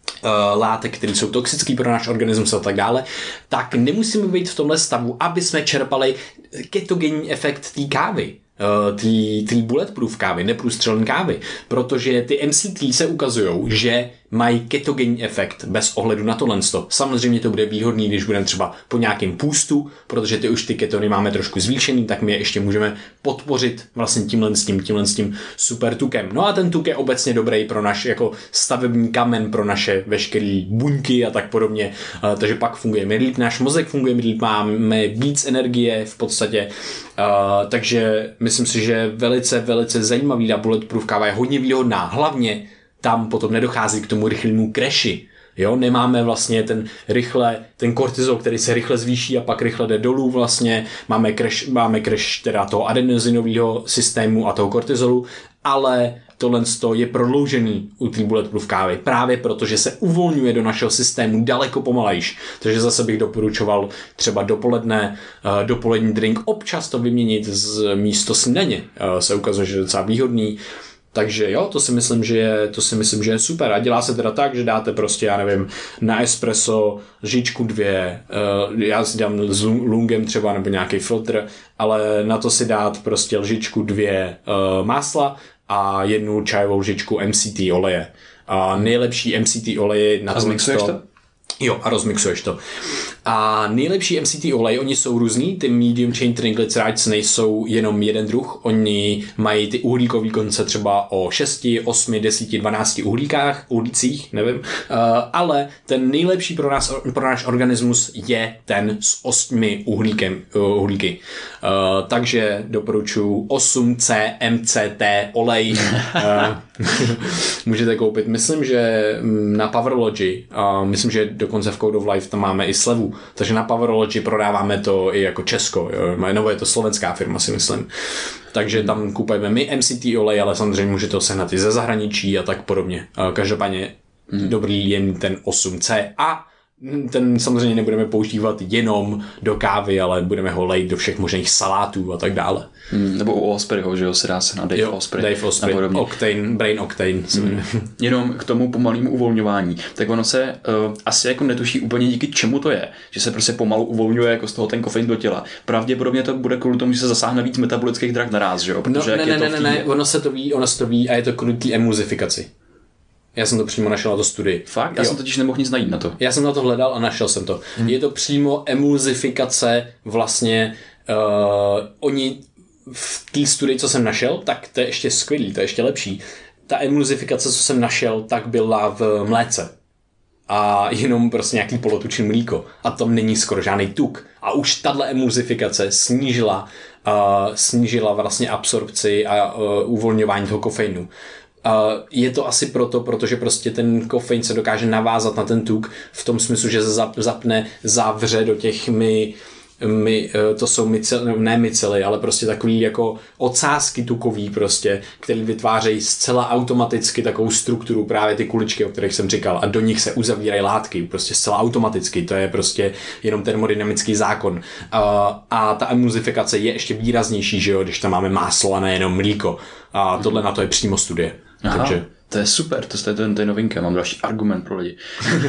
látek, které jsou toxické pro náš organismus a tak dále, tak nemusíme být v tomhle stavu, aby jsme čerpali ketogenní efekt té kávy. Té bulletproof kávy, neprůstřelné kávy, protože ty M C T se ukazují, že mají ketogenní efekt bez ohledu na tohle. Samozřejmě to bude výhodný, když budeme třeba po nějakém půstu, protože ty už ty ketony máme trošku zvýšený, tak my je ještě můžeme podpořit vlastně tímhle s tím, tímhle s tím super tukem. No a ten tuk je obecně dobrý pro náš jako stavební kamen, pro naše veškeré buňky a tak podobně, uh, takže pak funguje líp, náš mozek funguje líp, máme víc energie v podstatě, uh, takže myslím si, že velice, velice zajímavý, ta bulletproof káva je hodně výhodná, hlavně tam potom nedochází k tomu rychlému crashy. Jo, nemáme vlastně ten rychle, ten kortizol, který se rychle zvýší a pak rychle jde dolů vlastně. Máme crash, máme crash teda toho adenozinového systému a toho kortizolu ale tohle je prodloužený u té Bulletproof kávy právě proto, že se uvolňuje do našeho systému daleko pomalejš. Takže zase bych doporučoval třeba dopoledne, uh, dopolední drink občas to vyměnit z místo snídaně. Uh, se ukazuje, že je docela výhodný. Takže jo, to si myslím, že je, to si myslím, že je super. A dělá se teda tak, že dáte prostě, já nevím, na espresso lžičku dvě, uh, já si dám s lungem třeba nebo nějaký filtr, ale na to si dát prostě lžičku dvě uh, másla a jednu čajovou lžičku M C T oleje. A nejlepší M C T oleje na to... A zmixuješ to? Jo, a rozmixuješ to. A nejlepší M C T olej, oni jsou různý, ty medium chain triglycerides nejsou jenom jeden druh, oni mají ty uhlíkový konce třeba o šesti, osmi, deseti, dvanácti uhlíkách, uhlících, nevím, uh, ale ten nejlepší pro nás, pro náš organismus je ten s osmi uhlíkem, uh, uhlíky. Uh, takže doporučuji osm C M C T olej. uh, můžete koupit, myslím, že na Powerlogy, uh, myslím, že dokonce v Code of Life tam máme i slevu, takže na Powerlogy prodáváme to i jako Česko, jo? Nebo je to slovenská firma, si myslím. Takže tam kupujeme my M C T olej, ale samozřejmě můžete to sehnat i ze zahraničí a tak podobně. Každopádně hmm. dobrý jen ten osm C a ten samozřejmě nebudeme používat jenom do kávy, ale budeme ho lejt do všech možných salátů a tak dále. Hmm, nebo u Ospreyho, že jo, se dá se na Dave jo, Osprey. Dave Osprey, Octane, Brain Octane. Hmm. Jenom k tomu pomalému uvolňování. Tak ono se uh, asi jako netuší úplně díky čemu to je, že se prostě pomalu uvolňuje jako z toho ten kofein do těla. Pravděpodobně to bude kvůli tomu, že se zasáhne víc metabolických drah naráz, že jo? Protože no, ne, ne, ne, ne, ne, ono se to ví, ono se to ví a je to kvůli té emulzifikaci. Já jsem to přímo našel na to studii. Fakt? Já jo. jsem totiž nemohl nic najít na to. Já jsem na to hledal a našel jsem to. Hmm. Je to přímo emulzifikace vlastně, uh, oni v té studii, co jsem našel, tak to je ještě skvělý, to je ještě lepší. Ta emulzifikace, co jsem našel, tak byla v mléce. A jenom prostě nějaký polotučný mlíko. A tam není skoro žádný tuk. A už tahle emulzifikace snížila, uh, snížila vlastně absorpci a uh, uvolňování toho kofeinu. Uh, je to asi proto, protože prostě ten kofein se dokáže navázat na ten tuk v tom smyslu, že se zap, zapne, zavře do těch my, my uh, to jsou mycely, ne mycely, ale prostě takový jako ocásky tukový prostě, který vytvářejí zcela automaticky takovou strukturu, právě ty kuličky, o kterých jsem říkal, a do nich se uzavírají látky, prostě zcela automaticky, to je prostě jenom termodynamický zákon. Uh, a ta emulzifikace je ještě výraznější, že jo, když tam máme máslo a nejenom mlíko. A tohle na to je přímo studie. Aha, takže... to je super, to je, to je novinka, mám další argument pro lidi.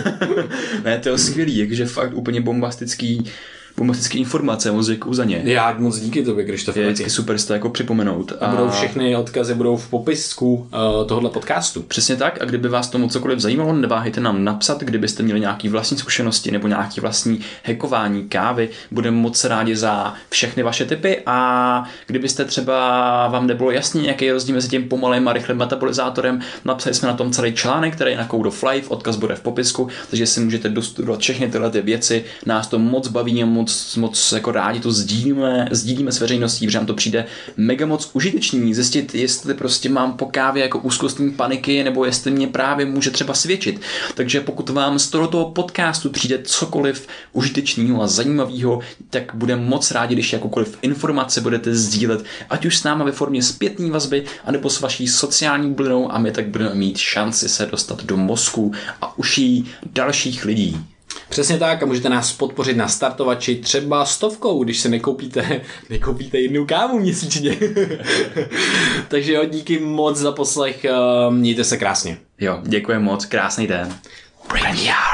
Ne, to je skvělý, jakože fakt úplně bombastický, bombastický informace, moc děkuju za ně. Já moc díky tobě, Krištofe. Je vždycky super si to jako připomenout. A... budou všechny odkazy budou v popisku uh, tohohle podcastu. Přesně tak, a kdyby vás tomu cokoliv zajímalo, neváhejte nám napsat, kdybyste měli nějaký vlastní zkušenosti nebo nějaký vlastní hackování kávy, budeme moc rádi za všechny vaše tipy a kdybyste třeba vám nebylo jasný, jaký je rozdíl mezi tím pomalým a rychlým metabolizátorem, napsali jsme na tom celý článek, který je na Code of Life, odkaz bude v popisku, takže si můžete dostudovat všechny tyhle ty věci, nás to moc baví, moc, moc jako rádi to sdílíme, sdílíme s veřejností, protože nám to přijde mega moc užitečný, zjistit, jestli prostě mám po kávě jako úzkostní paniky, nebo jestli mě právě může třeba svědčit. Takže pokud vám z tohoto podcastu přijde cokoliv užitečného a zajímavého, tak budeme moc rádi, když jakoukoliv informace budete sdílet, ať už s náma ve formě zpětné vazby, anebo s vaší sociální bublinou a my tak budeme mít šanci se dostat do mozku a uší dalších lidí. Přesně tak a můžete nás podpořit na startovači třeba stovkou, když se nekoupíte, nekoupíte jednu kávu měsíčně. Takže jo, díky moc za poslech, mějte se krásně. Jo, děkuji moc, krásný den. Brain